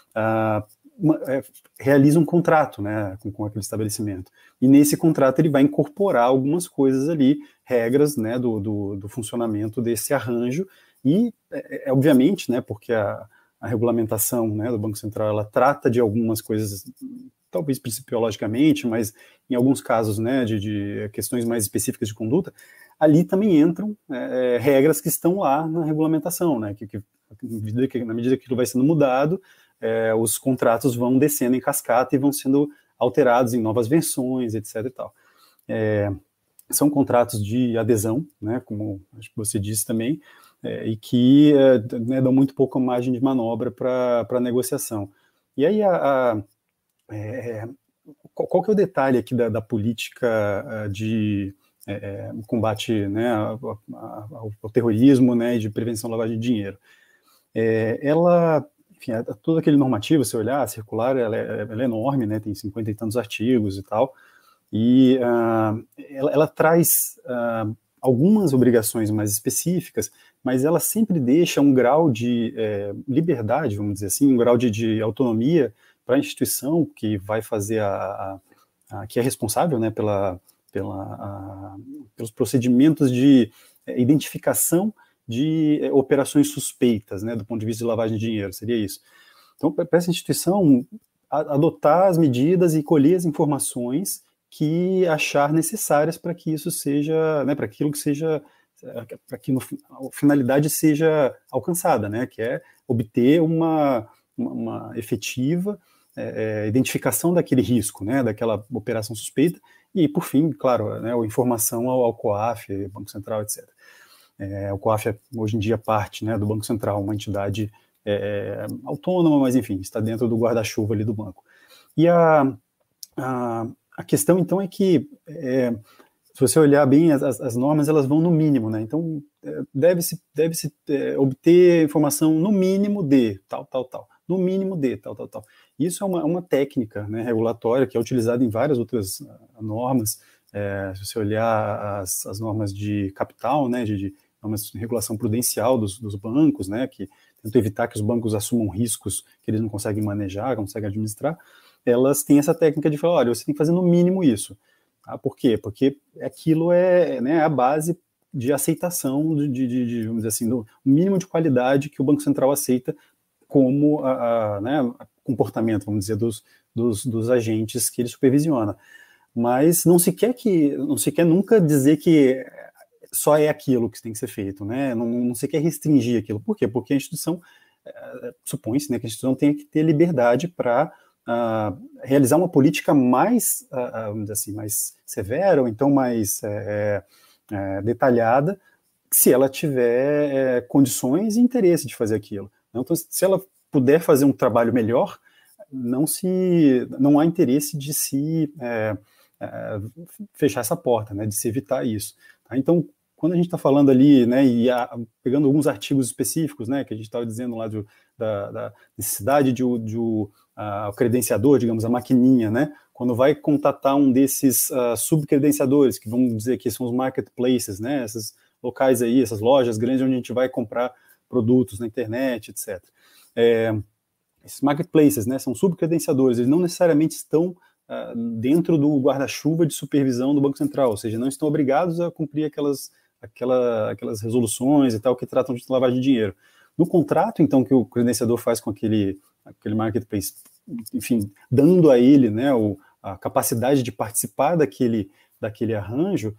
realiza um contrato, né, com aquele estabelecimento. E nesse contrato ele vai incorporar algumas coisas ali, regras, né, do funcionamento desse arranjo, e obviamente, né, porque a regulamentação, né, do Banco Central, ela trata de algumas coisas talvez principiologicamente, mas em alguns casos, né, de questões mais específicas de conduta, ali também entram regras que estão lá na regulamentação, né, na medida que aquilo vai sendo mudado, os contratos vão descendo em cascata e vão sendo alterados em novas versões, etc. e tal. São contratos de adesão, né, como acho que você disse também, e que né, dão muito pouca margem de manobra para negociação. E aí, qual que é o detalhe aqui da política de combate, né, ao terrorismo, né, e de prevenção à lavagem de dinheiro? Ela, enfim, todo aquele normativo, se olhar, a circular, ela é enorme, né, tem 50 e tantos artigos e tal, e ela traz algumas obrigações mais específicas, mas ela sempre deixa um grau de liberdade, vamos dizer assim, um grau de autonomia para a instituição que vai fazer que é responsável, né, pelos procedimentos de identificação de operações suspeitas, né, do ponto de vista de lavagem de dinheiro, seria isso. Então, para essa instituição adotar as medidas e colher as informações que achar necessárias para que isso seja, né, para aquilo que seja, para que a finalidade seja alcançada, né, que é obter uma efetiva identificação daquele risco, né, daquela operação suspeita, e, por fim, claro, né, a informação ao COAF, Banco Central, etc. O COAF hoje em dia parte, né, do Banco Central, uma entidade autônoma, mas, enfim, está dentro do guarda-chuva ali do banco. E a questão, então, é que, se você olhar bem, as normas, elas vão no mínimo, né? Então, deve-se obter informação no mínimo de tal, no mínimo de tal. Isso é uma técnica, né, regulatória que é utilizada em várias outras normas. Se você olhar as normas de capital, né, de normas de regulação prudencial dos bancos, né, que tentam evitar que os bancos assumam riscos que eles não conseguem manejar, conseguem administrar, elas têm essa técnica de falar, olha, você tem que fazer no mínimo isso. Tá? Por quê? Porque aquilo né, a base de aceitação vamos dizer assim, do mínimo de qualidade que o Banco Central aceita como né, comportamento, vamos dizer, dos agentes que ele supervisiona. Mas não se quer nunca dizer que só é aquilo que tem que ser feito, né? Não se quer restringir aquilo. Por quê? Porque a instituição, supõe-se, né, que a instituição tem que ter liberdade para realizar uma política mais, vamos dizer assim, mais severa, ou então mais detalhada, se ela tiver condições e interesse de fazer aquilo. Então, se ela puder fazer um trabalho melhor, não há interesse de se fechar essa porta, né, de se evitar isso. Tá? Então, quando a gente está falando ali, né, e pegando alguns artigos específicos, né, que a gente estava dizendo lá da necessidade de o credenciador, digamos, a maquininha, né, quando vai contatar um desses subcredenciadores, que vamos dizer que são os marketplaces, né, esses locais aí, essas lojas grandes onde a gente vai comprar produtos na internet, etc. Esses marketplaces, né, são subcredenciadores, eles não necessariamente estão dentro do guarda-chuva de supervisão do Banco Central, ou seja, não estão obrigados a cumprir aquelas resoluções e tal que tratam de lavagem de dinheiro. No contrato, então, que o credenciador faz com aquele marketplace, enfim, dando a ele, né, a capacidade de participar daquele arranjo,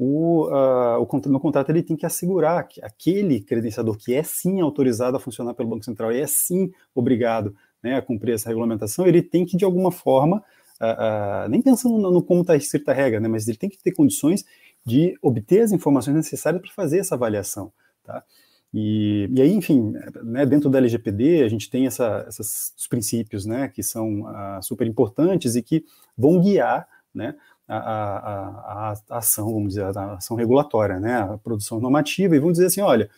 no contrato ele tem que assegurar que aquele credenciador que é sim autorizado a funcionar pelo Banco Central e é sim obrigado, né, a cumprir essa regulamentação, ele tem que, de alguma forma, nem pensando no como está escrita a regra, né, mas ele tem que ter condições de obter as informações necessárias para fazer essa avaliação. Tá? E aí, enfim, né, dentro da LGPD, a gente tem os princípios, né, que são super importantes e que vão guiar, né, a ação, vamos dizer, a ação regulatória, né, a produção normativa, e vão dizer assim, olha,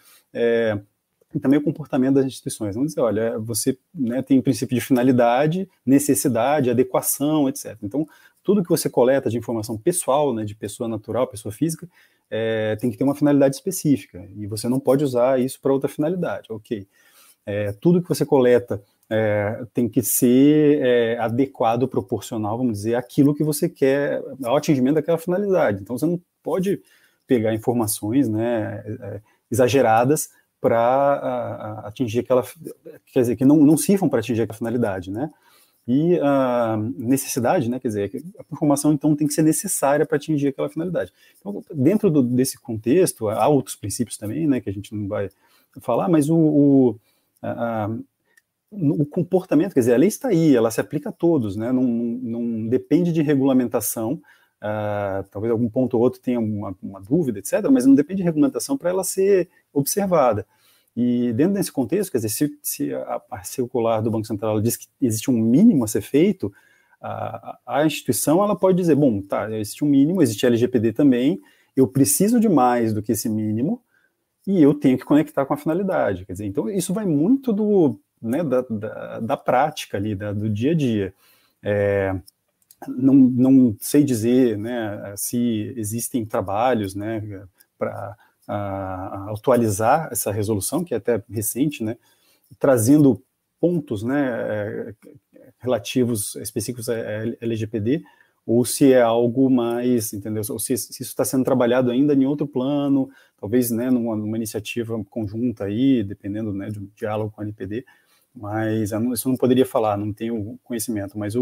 e também o comportamento das instituições. Vamos dizer, olha, você, né, tem princípio de finalidade, necessidade, adequação, etc. Então, tudo que você coleta de informação pessoal, né, de pessoa natural, pessoa física, tem que ter uma finalidade específica, e você não pode usar isso para outra finalidade, ok? Tudo que você coleta tem que ser adequado, proporcional, vamos dizer, àquilo que você quer, ao atingimento daquela finalidade. Então, você não pode pegar informações, né, exageradas para atingir aquela, quer dizer, que não sirvam para atingir aquela finalidade, né? e a necessidade, né, quer dizer, a informação então tem que ser necessária para atingir aquela finalidade. Então, dentro desse contexto, há outros princípios também, né, que a gente não vai falar, mas o comportamento, quer dizer, a lei está aí, ela se aplica a todos, né, não depende de regulamentação, talvez algum ponto ou outro tenha uma dúvida, etc., mas não depende de regulamentação para ela ser observada. E dentro desse contexto, quer dizer, se a circular do Banco Central ela diz que existe um mínimo a ser feito, a instituição ela pode dizer, bom, tá, existe um mínimo, existe LGPD também, eu preciso de mais do que esse mínimo e eu tenho que conectar com a finalidade. Quer dizer, então isso vai muito da prática ali, do dia a dia. Não sei dizer, né, se existem trabalhos, né, para atualizar essa resolução, que é até recente, né, trazendo pontos, né, relativos, específicos a LGPD, ou se é algo mais, entendeu? Ou se isso está sendo trabalhado ainda em outro plano, talvez, né, numa iniciativa conjunta aí, dependendo, né, de um diálogo com a NPD, mas isso eu não poderia falar, não tenho conhecimento, mas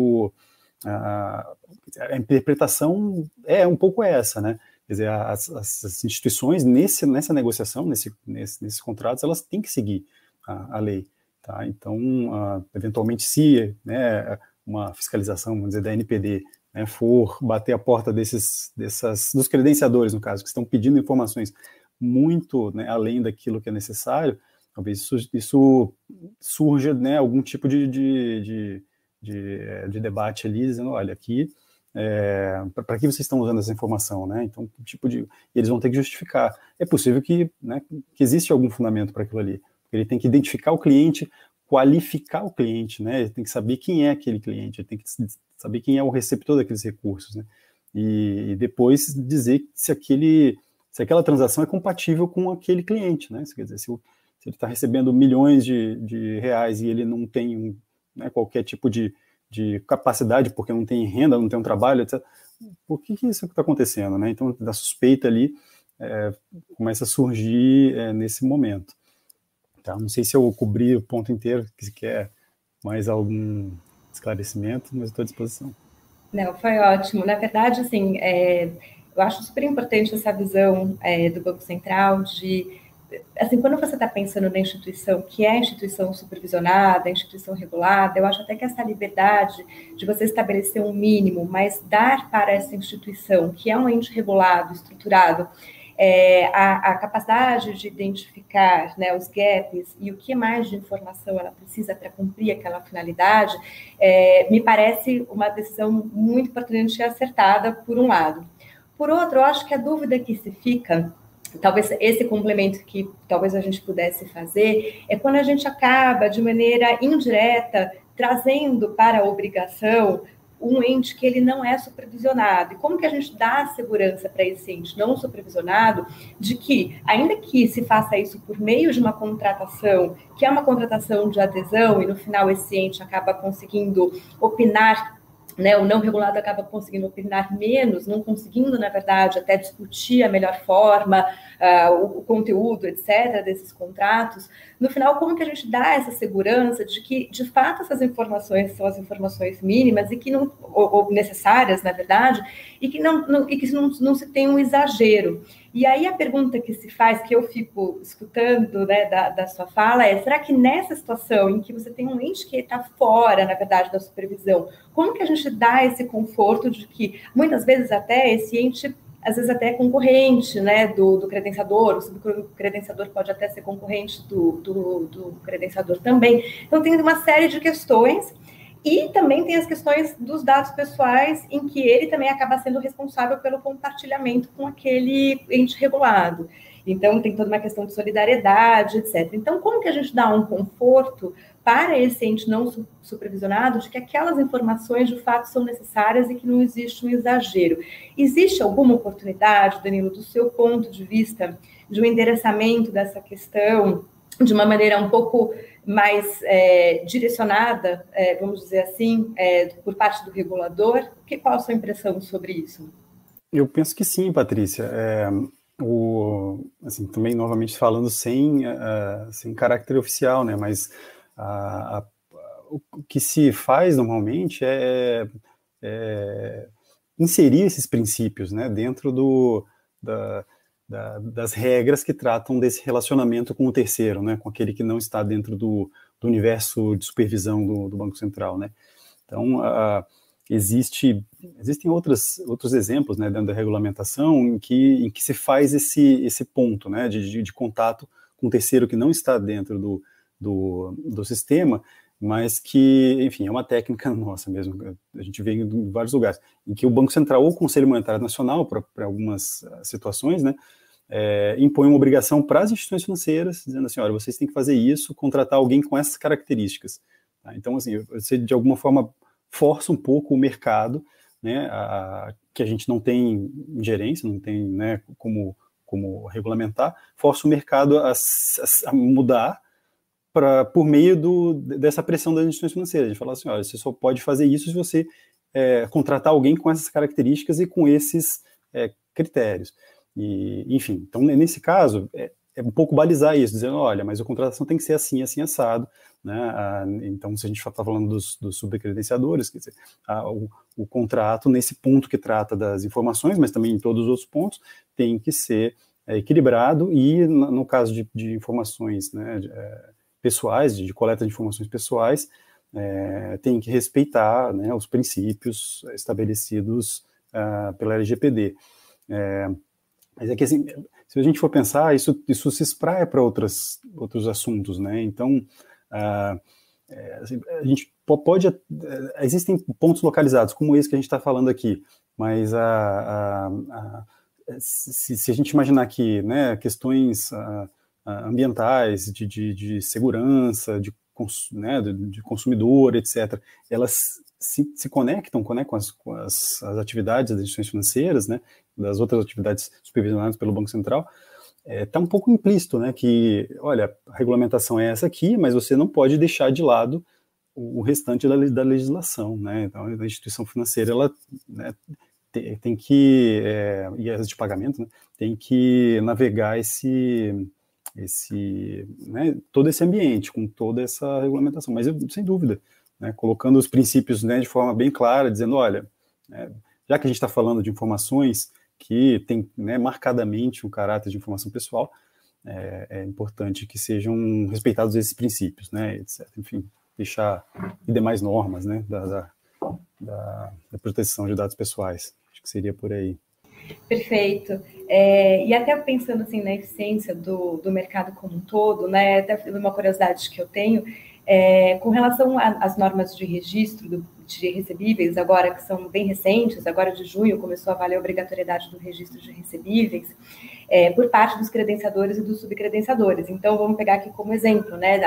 a interpretação é um pouco essa, né? Quer dizer, as instituições nessa negociação, nesses contratos, elas têm que seguir a lei, tá? Então, eventualmente, se, né, uma fiscalização, vamos dizer, da NPD, né, for bater a porta dos credenciadores, no caso, que estão pedindo informações muito, né, além daquilo que é necessário, talvez isso surja, né, algum tipo de debate ali, dizendo, olha, aqui, para que vocês estão usando essa informação, né? Então, eles vão ter que justificar. É possível que existe algum fundamento para aquilo ali. Ele tem que identificar o cliente, qualificar o cliente, né? Ele tem que saber quem é aquele cliente, ele tem que saber quem é o receptor daqueles recursos, né? E depois dizer se aquela transação é compatível com aquele cliente, né? Quer dizer, se ele está recebendo milhões de reais e ele não tem né, qualquer tipo de capacidade, porque não tem renda, não tem um trabalho, etc. Por que isso está acontecendo, né? Então, a suspeita ali começa a surgir nesse momento. Tá? Não sei se eu cobri o ponto inteiro, se quer mais algum esclarecimento, mas estou à disposição. Não, foi ótimo. Na verdade, assim, eu acho super importante essa visão do Banco Central de, assim, quando você está pensando na instituição, que é a instituição supervisionada, a instituição regulada, eu acho até que essa liberdade de você estabelecer um mínimo, mas dar para essa instituição, que é um ente regulado, estruturado, a capacidade de identificar, né, os gaps e o que mais de informação ela precisa para cumprir aquela finalidade, me parece uma decisão muito importante e acertada, por um lado. Por outro, eu acho que a dúvida que se fica, talvez esse complemento que talvez a gente pudesse fazer, é quando a gente acaba, de maneira indireta, trazendo para a obrigação um ente que ele não é supervisionado. E como que a gente dá a segurança para esse ente não supervisionado de que, ainda que se faça isso por meio de uma contratação, que é uma contratação de adesão, e no final esse ente acaba conseguindo opinar, né, o não regulado acaba conseguindo opinar menos, não conseguindo, na verdade, até discutir a melhor forma, o conteúdo, etc., desses contratos. No final, como que a gente dá essa segurança de que, de fato, essas informações são as informações mínimas e que não, ou necessárias, na verdade, e que não se tem um exagero? E aí a pergunta que se faz, que eu fico escutando, né, da sua fala, será que nessa situação em que você tem um ente que está fora, na verdade, da supervisão, como que a gente dá esse conforto de que, muitas vezes até, esse ente, às vezes até é concorrente, né, do credenciador, o subcredenciador pode até ser concorrente do credenciador também. Então, tem uma série de questões. E também tem as questões dos dados pessoais, em que ele também acaba sendo responsável pelo compartilhamento com aquele ente regulado. Então, tem toda uma questão de solidariedade, etc. Então, como que a gente dá um conforto para esse ente não supervisionado de que aquelas informações, de fato, são necessárias e que não existe um exagero? Existe alguma oportunidade, Danilo, do seu ponto de vista, de um endereçamento dessa questão de uma maneira um pouco mais direcionada, vamos dizer assim, por parte do regulador? Qual a sua impressão sobre isso? Eu penso que sim, Patrícia. Assim, também, novamente, falando sem caráter oficial, né, mas o que se faz normalmente é inserir esses princípios, né, dentro das regras que tratam desse relacionamento com o terceiro, né, com aquele que não está dentro do universo de supervisão do Banco Central, né. Então, existem outros exemplos, né, dentro da regulamentação em que se faz esse ponto, né, de contato com o terceiro que não está dentro do sistema, mas que, enfim, é uma técnica nossa mesmo, a gente vê em vários lugares, em que o Banco Central ou o Conselho Monetário Nacional, para algumas situações, né, impõe uma obrigação para as instituições financeiras, dizendo assim, olha, vocês têm que fazer isso, contratar alguém com essas características. Tá? Então, assim, você de alguma forma força um pouco o mercado, né, que a gente não tem ingerência, não tem, né, como regulamentar, força o mercado a mudar por meio dessa pressão das instituições financeiras, de falar assim, olha, você só pode fazer isso se você contratar alguém com essas características e com esses critérios. E, enfim, então nesse caso, é um pouco balizar isso, dizendo, olha, mas a contratação tem que ser assim, assim, assado, né? Então, se a gente está falando dos subcredenciadores, quer dizer, o contrato, nesse ponto que trata das informações, mas também em todos os outros pontos, tem que ser equilibrado e, no caso de informações, né, pessoais, de coleta de informações pessoais, tem que respeitar, né, os princípios estabelecidos pela LGPD. Mas é que, assim, se a gente for pensar, isso se espraia para outros assuntos, né? Então, assim, a gente pode... existem pontos localizados, como esse que a gente está falando aqui, mas se a gente imaginar que, né, questões ambientais, de segurança, de consumidor, etc., elas se conectam com as atividades das instituições financeiras, né, das outras atividades supervisionadas pelo Banco Central, está um pouco implícito, né, que, olha, a regulamentação é essa aqui, mas você não pode deixar de lado o restante da legislação, né, então a instituição financeira, ela, né, tem que, e as de pagamento, né, tem que navegar né, todo esse ambiente, com toda essa regulamentação, mas sem dúvida, né, colocando os princípios, né, de forma bem clara, dizendo, olha, já que a gente está falando de informações que tem, né, marcadamente um caráter de informação pessoal, é importante que sejam respeitados esses princípios, né, etc. Enfim, deixar e demais normas, né, da proteção de dados pessoais. Acho que seria por aí. Perfeito. E até pensando assim na eficiência do mercado como um todo, né, até uma curiosidade que eu tenho, com relação às normas de registro de recebíveis, agora que são bem recentes, agora de junho começou a valer a obrigatoriedade do registro de recebíveis, por parte dos credenciadores e dos subcredenciadores. Então, vamos pegar aqui como exemplo, né,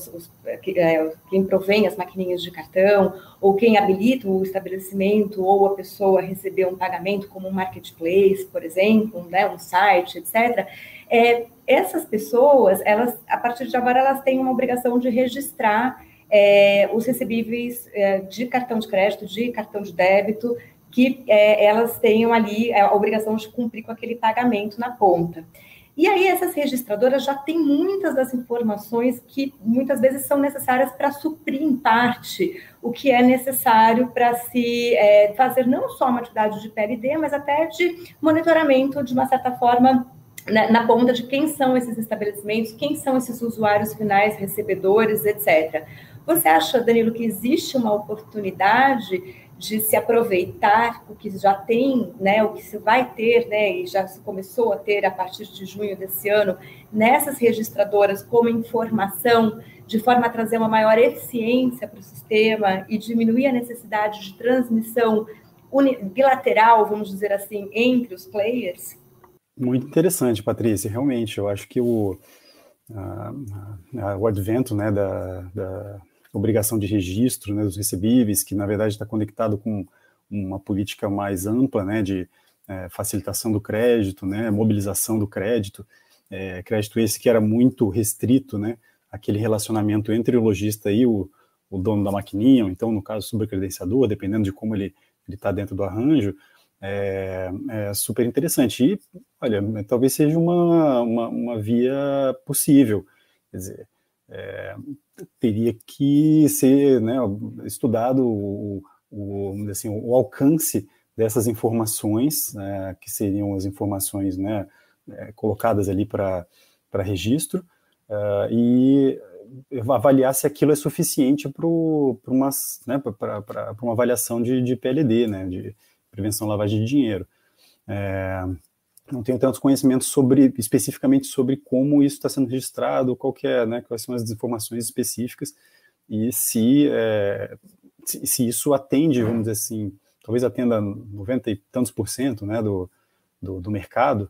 quem provém as maquininhas de cartão, ou quem habilita o estabelecimento ou a pessoa a receber um pagamento, como um marketplace, por exemplo, né, um site, etc., essas pessoas, elas, a partir de agora, elas têm uma obrigação de registrar os recebíveis de cartão de crédito, de cartão de débito, que elas tenham ali a obrigação de cumprir com aquele pagamento na ponta. E aí essas registradoras já têm muitas das informações que muitas vezes são necessárias para suprir em parte o que é necessário para se fazer não só uma atividade de PLD, mas até de monitoramento, de uma certa forma, na ponta de quem são esses estabelecimentos, quem são esses usuários finais, recebedores, etc. Você acha, Danilo, que existe uma oportunidade de se aproveitar o que já tem, né, o que se vai ter, né, e já se começou a ter a partir de junho desse ano, nessas registradoras como informação, de forma a trazer uma maior eficiência para o sistema e diminuir a necessidade de transmissão bilateral, vamos dizer assim, entre os players? Muito interessante, Patrícia, realmente, eu acho que o advento, né, da obrigação de registro, né, dos recebíveis, que na verdade está conectado com uma política mais ampla, né, de facilitação do crédito, né, mobilização do crédito, crédito esse que era muito restrito, né, aquele relacionamento entre o lojista e o dono da maquininha, ou então, no caso, o subcredenciador, dependendo de como ele está dentro do arranjo, é super interessante. E, olha, talvez seja uma via possível, quer dizer, teria que ser, né, estudado assim, o alcance dessas informações, que seriam as informações, né, colocadas ali para registro, e avaliar se aquilo é suficiente para uma avaliação de PLD, né, de prevenção à lavagem de dinheiro. Não tenho tantos conhecimentos especificamente sobre como isso está sendo registrado, quais são as informações específicas, e se isso atende, vamos dizer assim, talvez atenda 90 e tantos %, né, do mercado,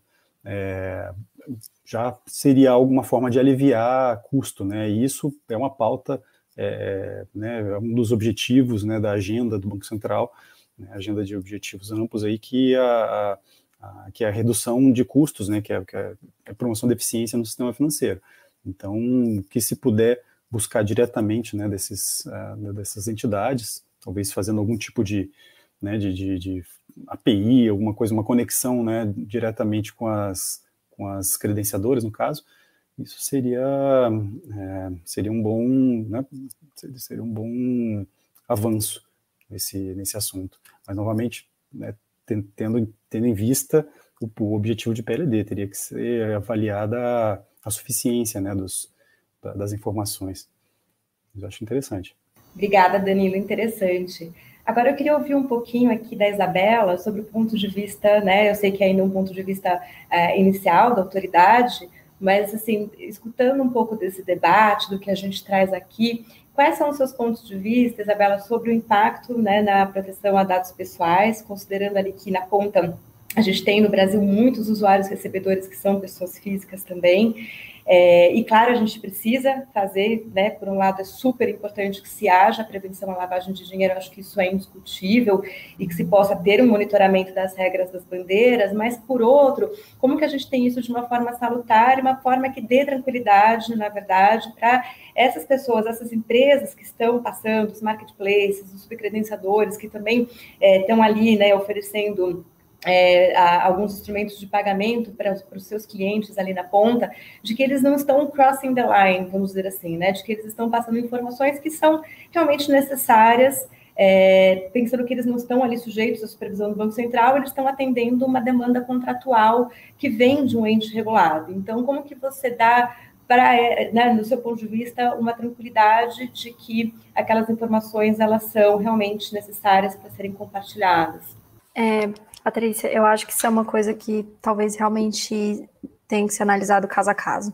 já seria alguma forma de aliviar custo, né, e isso é uma pauta, né, um dos objetivos, né, da agenda do Banco Central, né, agenda de objetivos amplos aí, que é a redução de custos, né, que é a promoção da eficiência no sistema financeiro. Então, que se puder buscar diretamente, né, dessas entidades, talvez fazendo algum tipo de API, alguma coisa, uma conexão, né, diretamente com as credenciadoras, no caso, isso seria um bom, né, seria um bom avanço nesse assunto. Mas, novamente, né, tendo em vista o objetivo de PLD, teria que ser avaliada a suficiência, né, das informações. Eu acho interessante. Obrigada, Danilo, interessante. Agora eu queria ouvir um pouquinho aqui da Isabela sobre o ponto de vista, né, eu sei que ainda um ponto de vista inicial da autoridade, mas, assim, escutando um pouco desse debate, do que a gente traz aqui, quais são os seus pontos de vista, Isabela, sobre o impacto, né, na proteção a dados pessoais, considerando ali que na ponta a gente tem no Brasil muitos usuários recebedores que são pessoas físicas também, e claro, a gente precisa fazer, né, por um lado é super importante que se haja prevenção à lavagem de dinheiro, acho que isso é indiscutível, e que se possa ter um monitoramento das regras das bandeiras, mas por outro, como que a gente tem isso de uma forma salutar, uma forma que dê tranquilidade, na verdade, para essas pessoas, essas empresas que estão passando, os marketplaces, os subcredenciadores, que também estão ali, né, oferecendo alguns instrumentos de pagamento para os seus clientes ali na ponta, de que eles não estão crossing the line, vamos dizer assim, né? De que eles estão passando informações que são realmente necessárias, pensando que eles não estão ali sujeitos à supervisão do Banco Central, eles estão atendendo uma demanda contratual que vem de um ente regulado. Então, como que você dá para, né, no seu ponto de vista, uma tranquilidade de que aquelas informações elas são realmente necessárias para serem compartilhadas? Patrícia, eu acho que isso é uma coisa que talvez realmente tenha que ser analisado caso a caso.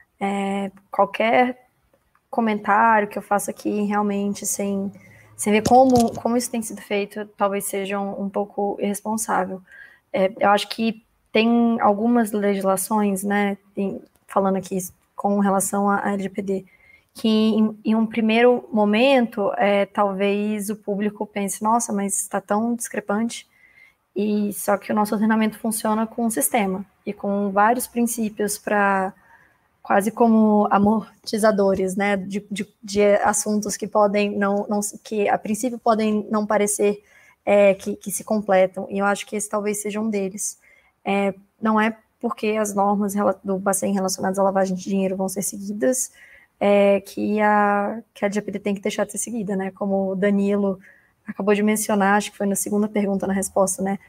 Qualquer comentário que eu faça aqui, realmente, sem ver como isso tem sido feito, talvez seja um pouco irresponsável. Eu acho que tem algumas legislações, né, falando aqui com relação à LGPD, que em um primeiro momento, talvez o público pense, nossa, mas está tão discrepante. E só que o nosso ordenamento funciona com um sistema e com vários princípios para quase como amortizadores, né, de assuntos que podem que a princípio podem não parecer que se completam. E eu acho que esse talvez seja um deles. Não é porque as normas do Bacen relacionadas à lavagem de dinheiro vão ser seguidas que a LGPD tem que deixar de ser seguida, né? Como o Danilo acabou de mencionar, acho que foi na segunda pergunta na resposta, né?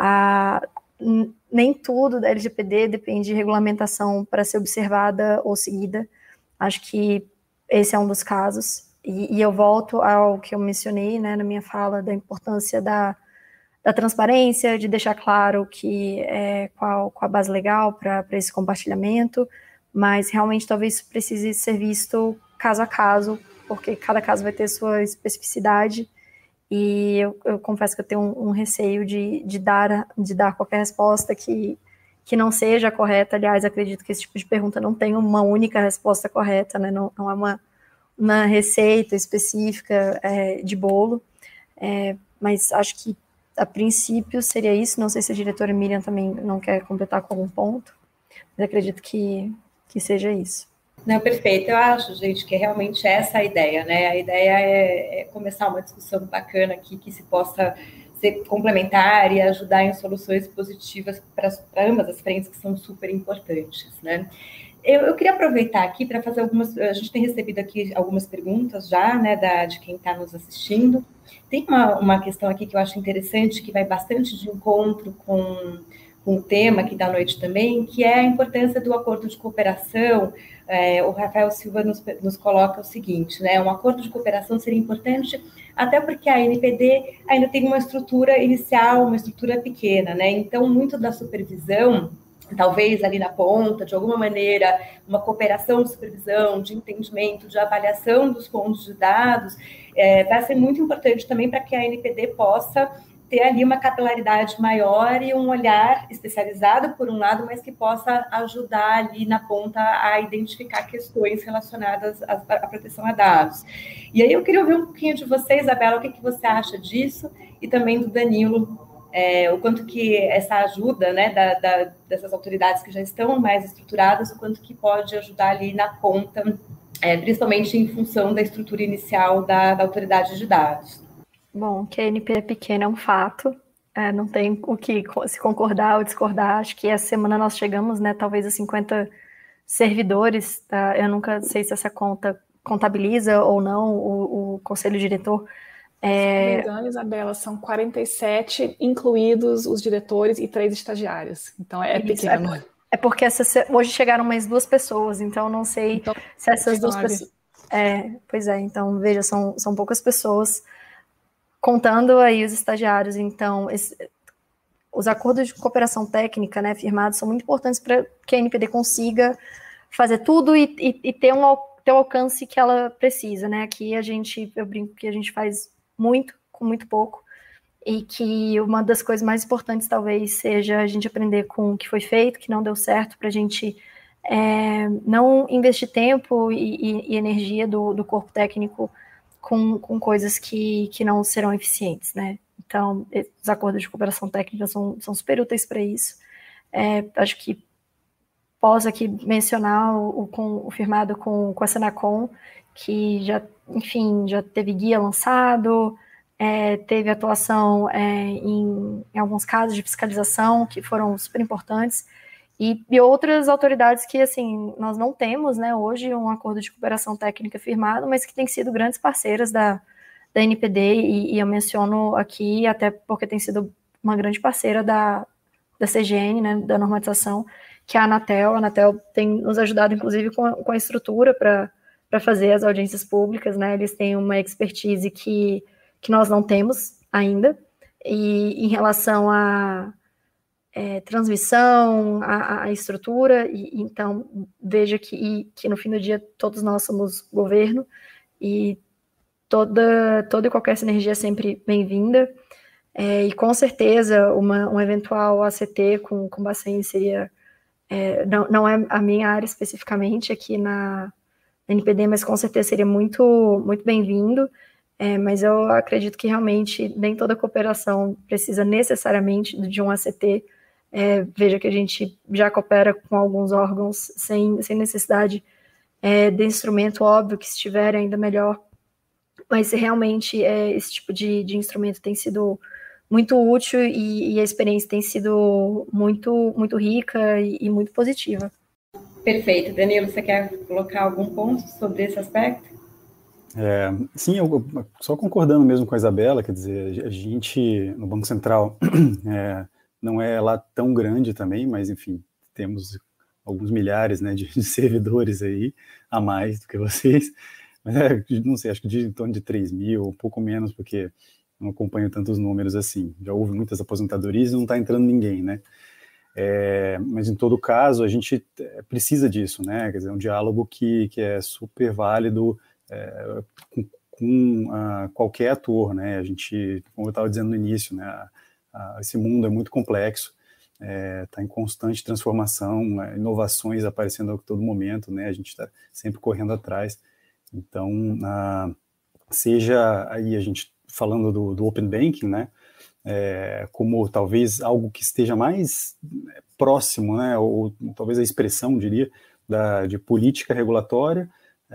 Nem tudo da LGPD depende de regulamentação para ser observada ou seguida. Acho que esse é um dos casos. E eu volto ao que eu mencionei, né, na minha fala, da importância da transparência, de deixar claro que qual a base legal para esse compartilhamento, mas realmente talvez isso precise ser visto caso a caso, porque cada caso vai ter sua especificidade. E eu confesso que eu tenho um receio de dar qualquer resposta que não seja correta. Aliás, acredito que esse tipo de pergunta não tem uma única resposta correta, né? Não é uma receita específica de bolo. Mas acho que, a princípio, seria isso. Não sei se a diretora Miriam também não quer completar com algum ponto, mas acredito que seja isso. Não, perfeito. Eu acho, gente, que realmente essa a ideia, né? A ideia é começar uma discussão bacana aqui, que se possa ser complementar e ajudar em soluções positivas para ambas as frentes, que são super importantes, né? Eu queria aproveitar aqui para fazer a gente tem recebido aqui algumas perguntas já, né, de quem está nos assistindo. Tem uma questão aqui que eu acho interessante, que vai bastante de encontro com o tema aqui da noite também, que é a importância do acordo de cooperação. O Rafael Silva nos coloca o seguinte, né, um acordo de cooperação seria importante até porque a NPD ainda tem uma estrutura inicial, uma estrutura pequena, né, então muito da supervisão, talvez ali na ponta, de alguma maneira, uma cooperação de supervisão, de entendimento, de avaliação dos pontos de dados, vai ser muito importante também para que a NPD possa ter ali uma capilaridade maior e um olhar especializado, por um lado, mas que possa ajudar ali na ponta a identificar questões relacionadas à proteção a dados. E aí eu queria ouvir um pouquinho de você, Isabela, o que você acha disso, e também do Danilo, o quanto que essa ajuda, né, dessas autoridades que já estão mais estruturadas, o quanto que pode ajudar ali na ponta, principalmente em função da estrutura inicial da autoridade de dados. Bom, que a NP é pequena é um fato, não tem o que se concordar ou discordar. Acho que essa semana nós chegamos, né, talvez a 50 servidores, tá? Eu nunca sei se essa conta contabiliza ou não o conselho diretor. Se não me engano, Isabela, são 47, incluídos os diretores e 3 estagiários. Então é pequeno. É porque hoje chegaram mais 2 pessoas, então não sei então, se essas 2 pessoas... Pois é, então veja, são poucas pessoas, contando aí os estagiários. Então os acordos de cooperação técnica, né, firmados, são muito importantes para que a NPD consiga fazer tudo e ter o alcance que ela precisa, né? Aqui eu brinco que a gente faz muito, com muito pouco, e que uma das coisas mais importantes talvez seja a gente aprender com o que foi feito, que não deu certo, para a gente não investir tempo e energia do corpo técnico com coisas que não serão eficientes, né? Então, os acordos de cooperação técnica são super úteis para isso. Acho que posso aqui mencionar o firmado com a Senacom, que já teve guia lançado, teve atuação em alguns casos de fiscalização que foram super importantes, e outras autoridades que, assim, nós não temos, né, hoje um acordo de cooperação técnica firmado, mas que têm sido grandes parceiras da NPD, e eu menciono aqui até porque tem sido uma grande parceira da CGN, né, da normatização, que é a Anatel. A Anatel tem nos ajudado, inclusive, com a estrutura para fazer as audiências públicas, né? Eles têm uma expertise que nós não temos ainda, e em relação à transmissão, à estrutura, então veja que no fim do dia todos nós somos governo, e toda e qualquer sinergia é sempre bem-vinda, e com certeza um eventual ACT com Bacen seria... não é a minha área especificamente aqui na NPD, mas com certeza seria muito, muito bem-vindo, mas eu acredito que realmente nem toda cooperação precisa necessariamente de um ACT. Veja que a gente já coopera com alguns órgãos sem necessidade de instrumento, óbvio que se tiver ainda melhor, mas se realmente esse tipo de instrumento tem sido muito útil, e a experiência tem sido muito, muito rica e muito positiva. Perfeito. Danilo, você quer colocar algum ponto sobre esse aspecto? Sim, eu só concordando mesmo com a Isabela, quer dizer, a gente, no Banco Central, não é lá tão grande também, mas, enfim, temos alguns milhares, né, de servidores aí, a mais do que vocês, mas não sei, acho que em torno de 3 mil, um pouco menos, porque não acompanho tantos números assim. Já houve muitas aposentadorias e não está entrando ninguém, né? Mas em todo caso, a gente precisa disso, né? Quer dizer, um diálogo que é super válido com qualquer ator, né? A gente, como eu estava dizendo no início, né? Esse mundo é muito complexo, está em constante transformação, inovações aparecendo a todo momento, né? A gente está sempre correndo atrás. Então, seja aí a gente falando do Open Banking, né, como talvez algo que esteja mais próximo, né, ou talvez a expressão, diria, de política regulatória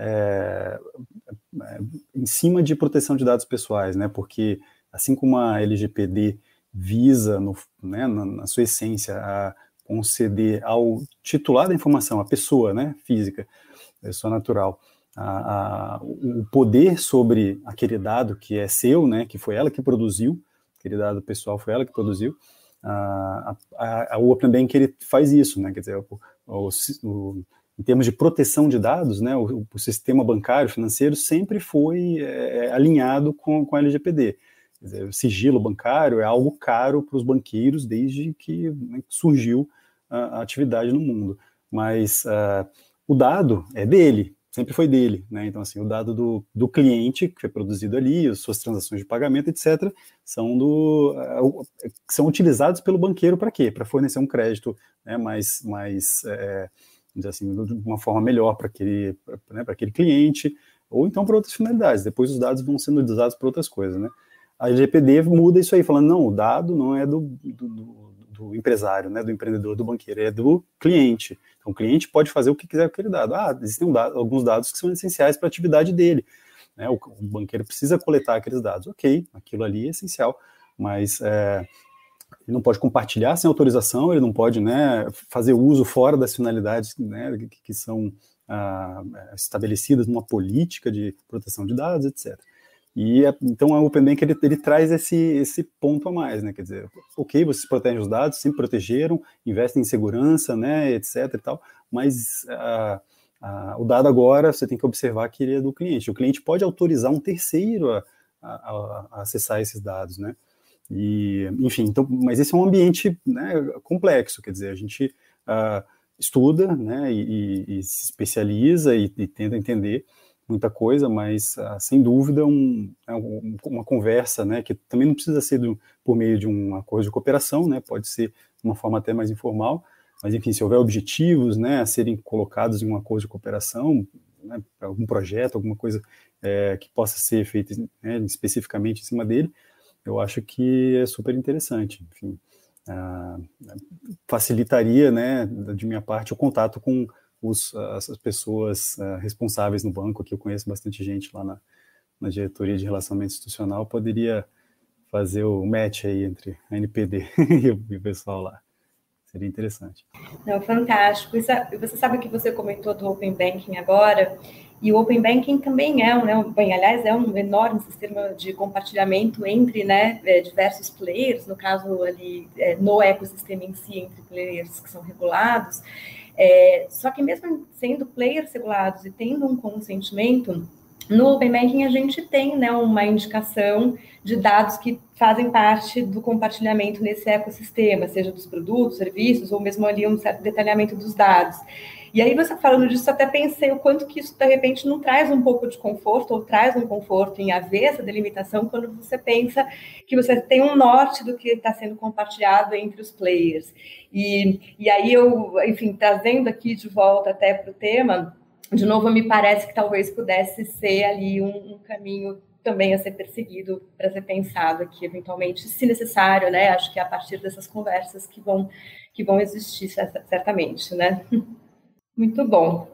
em cima de proteção de dados pessoais, né, porque assim como a LGPD visa, na sua essência, a conceder ao titular da informação, a pessoa, né, física, pessoa natural, o poder sobre aquele dado que é seu, né, que foi ela que produziu, aquele dado pessoal foi ela que produziu, o Open Banking ele faz isso, né, quer dizer, em termos de proteção de dados, né, o sistema bancário financeiro sempre foi alinhado com a LGPD. Quer dizer, o sigilo bancário é algo caro para os banqueiros desde que, né, surgiu a atividade no mundo. Mas o dado é dele, sempre foi dele, né? Então, assim, o dado do cliente que foi produzido ali, as suas transações de pagamento, etc., são utilizados pelo banqueiro para quê? Para fornecer um crédito, né, mais assim, de uma forma melhor para aquele cliente, ou então para outras finalidades. Depois os dados vão sendo usados para outras coisas, né? A LGPD muda isso aí, falando, não, o dado não é do empresário, né, do empreendedor, do banqueiro, é do cliente. Então, o cliente pode fazer o que quiser com aquele dado. Existem alguns dados que são essenciais para a atividade dele, né? O banqueiro precisa coletar aqueles dados. Ok, aquilo ali é essencial, mas ele não pode compartilhar sem autorização, ele não pode, né, fazer uso fora das finalidades, né, que são estabelecidas numa política de proteção de dados, etc. Então a Open Banking ele traz esse ponto a mais, né? Quer dizer, ok, vocês protegem os dados, sempre protegeram, investem em segurança, né, etc e tal, mas o dado agora você tem que observar que ele é do cliente. O cliente pode autorizar um terceiro a acessar esses dados, né? E, enfim, então, mas esse é um ambiente, né, complexo, quer dizer, a gente estuda, né, e se especializa e tenta entender muita coisa, mas sem dúvida uma conversa, né, que também não precisa ser por meio de um acordo de cooperação, né, pode ser de uma forma até mais informal, mas enfim, se houver objetivos, né, a serem colocados em um acordo de cooperação, né, algum projeto, alguma coisa que possa ser feita, né, especificamente em cima dele, eu acho que é super interessante. Enfim, facilitaria, né, de minha parte, o contato com as pessoas responsáveis no banco. Aqui eu conheço bastante gente lá na diretoria de relacionamento institucional, poderia fazer o match aí entre a NPD e o pessoal lá. Seria interessante. Não, fantástico. Você sabe que você comentou do Open Banking agora, e o Open Banking também aliás, é um enorme sistema de compartilhamento entre, né, diversos players, no caso ali, no ecossistema em si, entre players que são regulados. Só que mesmo sendo players regulados e tendo um consentimento, no Open Banking a gente tem, né, uma indicação de dados que fazem parte do compartilhamento nesse ecossistema, seja dos produtos, serviços, ou mesmo ali um certo detalhamento dos dados. E aí, você falando disso, até pensei o quanto que isso, de repente, não traz um pouco de conforto, ou traz um conforto em haver essa delimitação, quando você pensa que você tem um norte do que está sendo compartilhado entre os players. E aí, enfim, trazendo aqui de volta até para o tema, de novo, me parece que talvez pudesse ser ali um caminho também a ser perseguido, para ser pensado aqui, eventualmente, se necessário, né? Acho que é a partir dessas conversas que vão existir, certamente, né? Muito bom.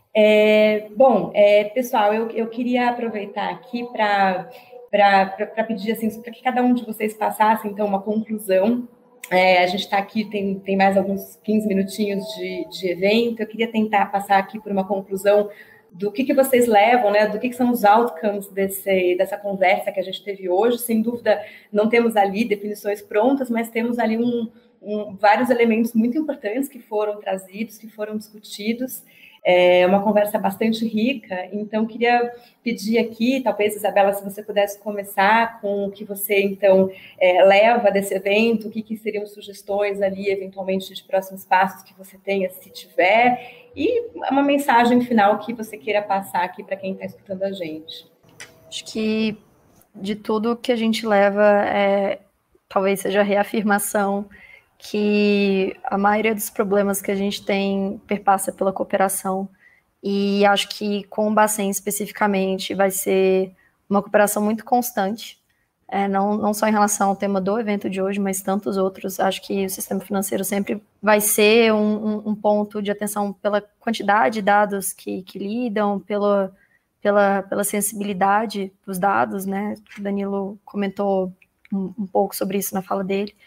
Pessoal, eu queria aproveitar aqui para pedir assim, para que cada um de vocês passasse, então, uma conclusão. A gente está aqui, tem mais alguns 15 minutinhos de evento. Eu queria tentar passar aqui por uma conclusão do que vocês levam, né? Do que são os outcomes dessa conversa que a gente teve hoje. Sem dúvida, não temos ali definições prontas, mas temos ali vários elementos muito importantes que foram trazidos, que foram discutidos. É uma conversa bastante rica, então queria pedir aqui, talvez, Isabela, se você pudesse começar com o que você, então, leva desse evento, o que seriam sugestões ali, eventualmente, de próximos passos que você tenha, se tiver, e uma mensagem final que você queira passar aqui para quem está escutando a gente. Acho que de tudo que a gente leva, talvez seja a reafirmação que a maioria dos problemas que a gente tem perpassa pela cooperação, e acho que com o Bacen especificamente vai ser uma cooperação muito constante, não só em relação ao tema do evento de hoje, mas tantos outros. Acho que o sistema financeiro sempre vai ser um ponto de atenção pela quantidade de dados que lidam, pela sensibilidade dos dados, né? O Danilo comentou um pouco sobre isso na fala dele.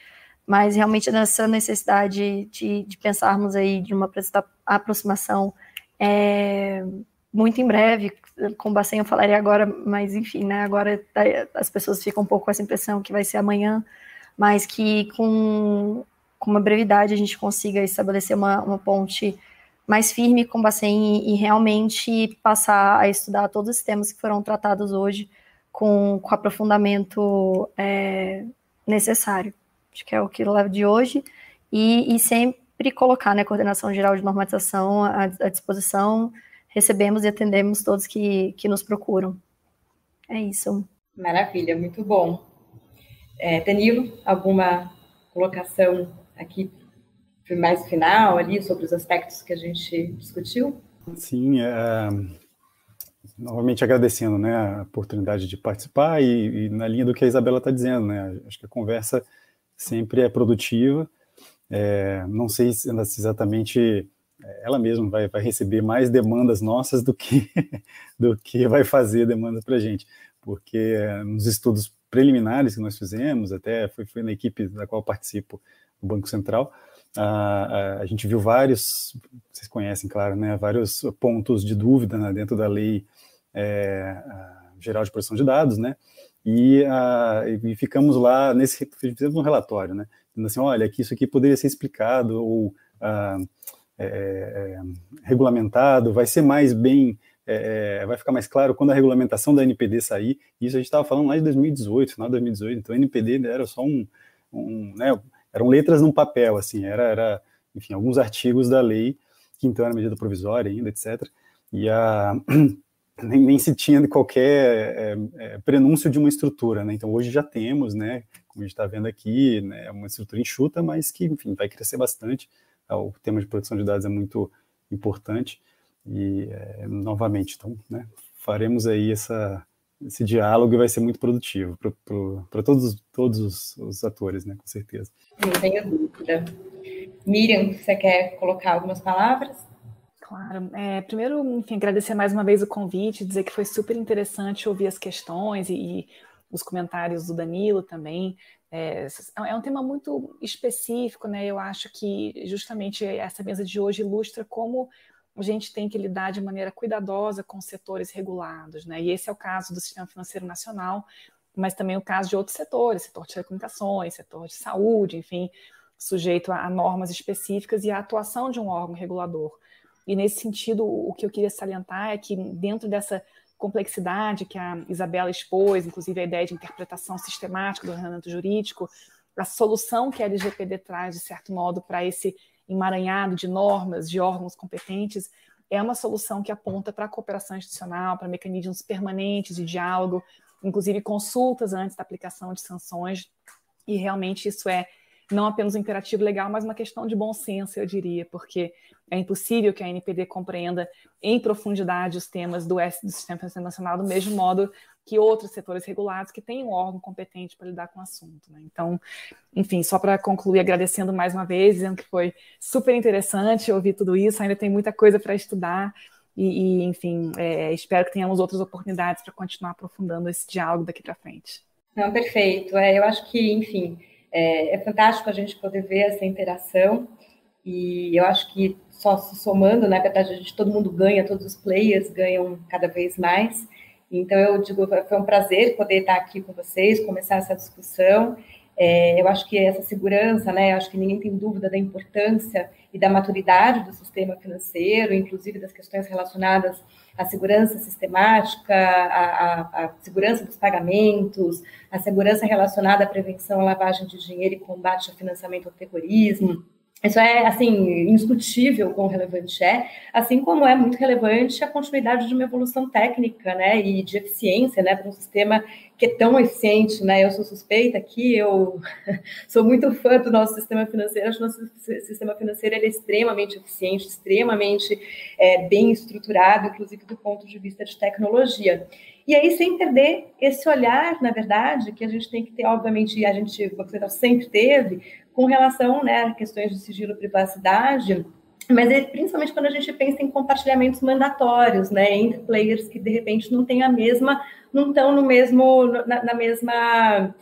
mas realmente nessa necessidade de pensarmos aí de uma aproximação muito em breve, com o Bacen eu falaria agora, mas enfim, né, agora as pessoas ficam um pouco com essa impressão que vai ser amanhã, mas que com uma brevidade a gente consiga estabelecer uma ponte mais firme com o Bacen e realmente passar a estudar todos os temas que foram tratados hoje com aprofundamento necessário. Acho que é o que leva de hoje, e sempre colocar, né, a Coordenação Geral de Normatização à disposição. Recebemos e atendemos todos que nos procuram. É isso. Maravilha, muito bom. Danilo, alguma colocação aqui mais final ali sobre os aspectos que a gente discutiu? Sim, novamente agradecendo, né, a oportunidade de participar e na linha do que a Isabela está dizendo, né, acho que a conversa sempre é produtiva, não sei se exatamente ela mesma vai receber mais demandas nossas do que vai fazer demandas para a gente, porque nos estudos preliminares que nós fizemos, até foi na equipe da qual eu participo, do Banco Central, a gente viu vários, vocês conhecem, claro, né, vários pontos de dúvida, né, dentro da Lei Geral de Proteção de Dados, né, e ficamos lá, fizemos um relatório, né, dizendo assim, olha, que isso aqui poderia ser explicado ou regulamentado, vai ser mais bem, vai ficar mais claro quando a regulamentação da NPD sair. Isso a gente estava falando lá de 2018, final de 2018, então a NPD era só né, eram letras num papel, assim, era enfim, alguns artigos da lei, que então era medida provisória ainda, etc., e nem se tinha de qualquer prenúncio de uma estrutura, né, então hoje já temos, né, como a gente está vendo aqui, né, uma estrutura enxuta, mas que, enfim, vai crescer bastante. O tema de proteção de dados é muito importante e, novamente, então, né, faremos aí esse diálogo e vai ser muito produtivo para todos os atores, né, com certeza. Não tenho dúvida. Miriam, você quer colocar algumas palavras? Claro. Primeiro, enfim, agradecer mais uma vez o convite, dizer que foi super interessante ouvir as questões e os comentários do Danilo também. É um tema muito específico, né? Eu acho que justamente essa mesa de hoje ilustra como a gente tem que lidar de maneira cuidadosa com setores regulados, né? E esse é o caso do Sistema Financeiro Nacional, mas também o caso de outros setores, setor de telecomunicações, setor de saúde, enfim, sujeito a normas específicas e a atuação de um órgão regulador. E nesse sentido, o que eu queria salientar é que dentro dessa complexidade que a Isabela expôs, inclusive a ideia de interpretação sistemática do ordenamento jurídico, a solução que a LGPD traz, de certo modo, para esse emaranhado de normas, de órgãos competentes, é uma solução que aponta para a cooperação institucional, para mecanismos permanentes de diálogo, inclusive consultas antes da aplicação de sanções, e realmente isso é não apenas um imperativo legal, mas uma questão de bom senso, eu diria, porque é impossível que a NPD compreenda em profundidade os temas do Sistema Financeiro Nacional do mesmo modo que outros setores regulados que têm um órgão competente para lidar com o assunto, né? Então, enfim, só para concluir, agradecendo mais uma vez, dizendo que foi super interessante ouvir tudo isso, ainda tem muita coisa para estudar e enfim, espero que tenhamos outras oportunidades para continuar aprofundando esse diálogo daqui para frente. Não, perfeito. Eu acho que, enfim, é fantástico a gente poder ver essa interação e eu acho que só se somando, na verdade, todo mundo ganha, todos os players ganham cada vez mais. Então, eu digo, foi um prazer poder estar aqui com vocês, começar essa discussão. Eu acho que essa segurança, né, eu acho que ninguém tem dúvida da importância e da maturidade do sistema financeiro, inclusive das questões relacionadas à segurança sistemática, à segurança dos pagamentos, à segurança relacionada à prevenção à lavagem de dinheiro e combate ao financiamento ao terrorismo. Isso é, assim, indiscutível quão relevante assim como é muito relevante a continuidade de uma evolução técnica, né, e de eficiência, né, para um sistema que é tão eficiente, né, eu sou suspeita aqui, eu sou muito fã do nosso sistema financeiro, acho que o nosso sistema financeiro ele é extremamente eficiente, extremamente bem estruturado, inclusive do ponto de vista de tecnologia. E aí, sem perder esse olhar, na verdade, que a gente tem que ter, obviamente, o Banco Central sempre teve, com relação, né, a questões de sigilo e privacidade, mas principalmente quando a gente pensa em compartilhamentos mandatórios, né, entre players que, de repente, não estão na mesma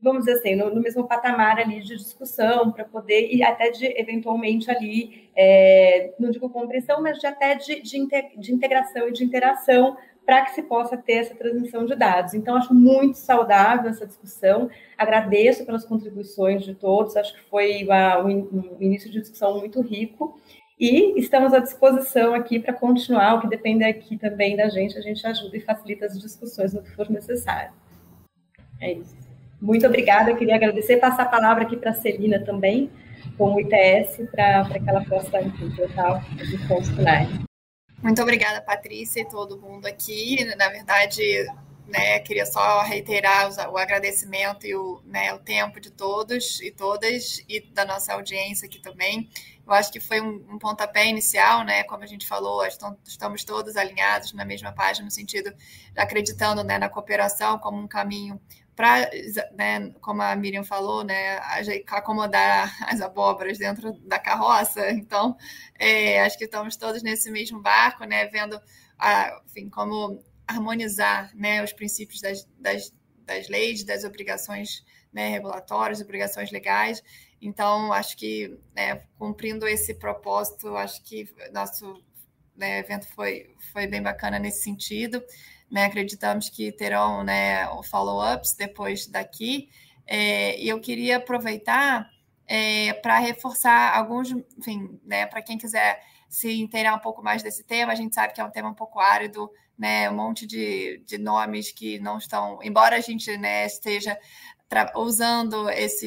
vamos dizer assim, no mesmo patamar ali de discussão, para poder, e até de, eventualmente, ali, não digo compreensão, mas até de integração e de interação, para que se possa ter essa transmissão de dados. Então, acho muito saudável essa discussão, agradeço pelas contribuições de todos, acho que foi um início de discussão muito rico, e estamos à disposição aqui para continuar, o que depende aqui também da gente, a gente ajuda e facilita as discussões no que for necessário. É isso. Muito obrigada, eu queria agradecer, passar a palavra aqui para a Celina também, com o ITS, para que ela possa, enfim, tratar os pontos finais. Muito obrigada, Patrícia, e todo mundo aqui. Na verdade, né, queria só reiterar o agradecimento e o tempo de todos e todas, e da nossa audiência aqui também. Eu acho que foi um pontapé inicial, né? Como a gente falou, estamos todos alinhados na mesma página, no sentido de acreditando, né, na cooperação como um caminho para, né, como a Miriam falou, né, acomodar as abóboras dentro da carroça. Então, acho que estamos todos nesse mesmo barco, né, vendo enfim, como harmonizar, né, os princípios das leis, das obrigações, né, regulatórias, obrigações legais. Então, acho que, né, cumprindo esse propósito, acho que nosso, né, evento foi bem bacana nesse sentido. Né, acreditamos que terão, né, follow-ups depois daqui, e eu queria aproveitar para reforçar alguns, enfim, né, para quem quiser se inteirar um pouco mais desse tema, a gente sabe que é um tema um pouco árido, né, um monte de nomes que não estão, embora a gente, né, esteja usando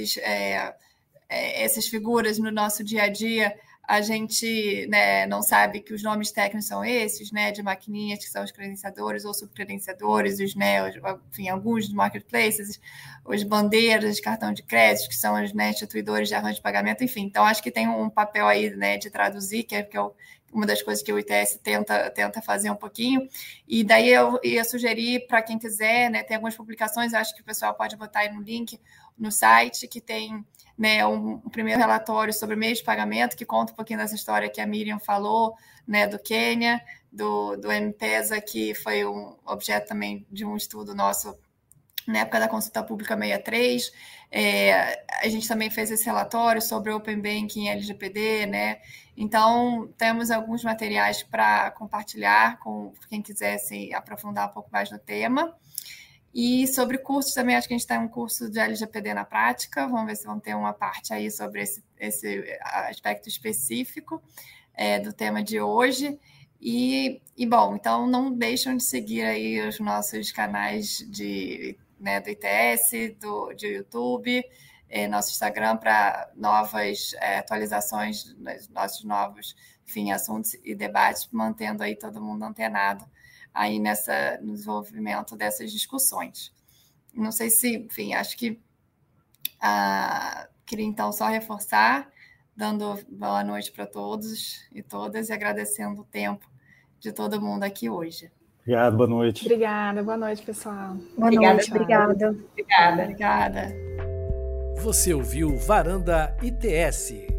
essas figuras no nosso dia a dia, a gente, né, não sabe que os nomes técnicos são esses, né, de maquininhas que são os credenciadores ou subcredenciadores, enfim, alguns dos marketplaces, os bandeiras de cartão de crédito, que são os, né, instituidores de arranjo de pagamento, enfim. Então, acho que tem um papel aí, né, de traduzir, que é uma das coisas que o ITS tenta fazer um pouquinho. E daí eu ia sugerir para quem quiser, né, tem algumas publicações, eu acho que o pessoal pode botar aí no link no site, que tem, né, um primeiro relatório sobre meios de pagamento, que conta um pouquinho dessa história que a Miriam falou, né, do Quênia, do M-Pesa, que foi um objeto também de um estudo nosso na época da consulta pública 63. A gente também fez esse relatório sobre o Open Banking LGPD, né? Então, temos alguns materiais para compartilhar com quem quiser se aprofundar um pouco mais no tema. E sobre cursos também, acho que a gente tem um curso de LGPD na prática, vamos ver se vão ter uma parte aí sobre esse aspecto específico do tema de hoje. E, bom, então não deixam de seguir aí os nossos canais né, do ITS, de YouTube, nosso Instagram para novas atualizações dos nossos novos, enfim, assuntos e debates, mantendo aí todo mundo antenado aí no desenvolvimento dessas discussões. Não sei se, enfim, acho que queria então só reforçar, dando boa noite para todos e todas e agradecendo o tempo de todo mundo aqui hoje. Obrigado, boa noite. Obrigada, boa noite, pessoal. Boa noite, obrigada. Obrigada. Você ouviu Varanda ITS.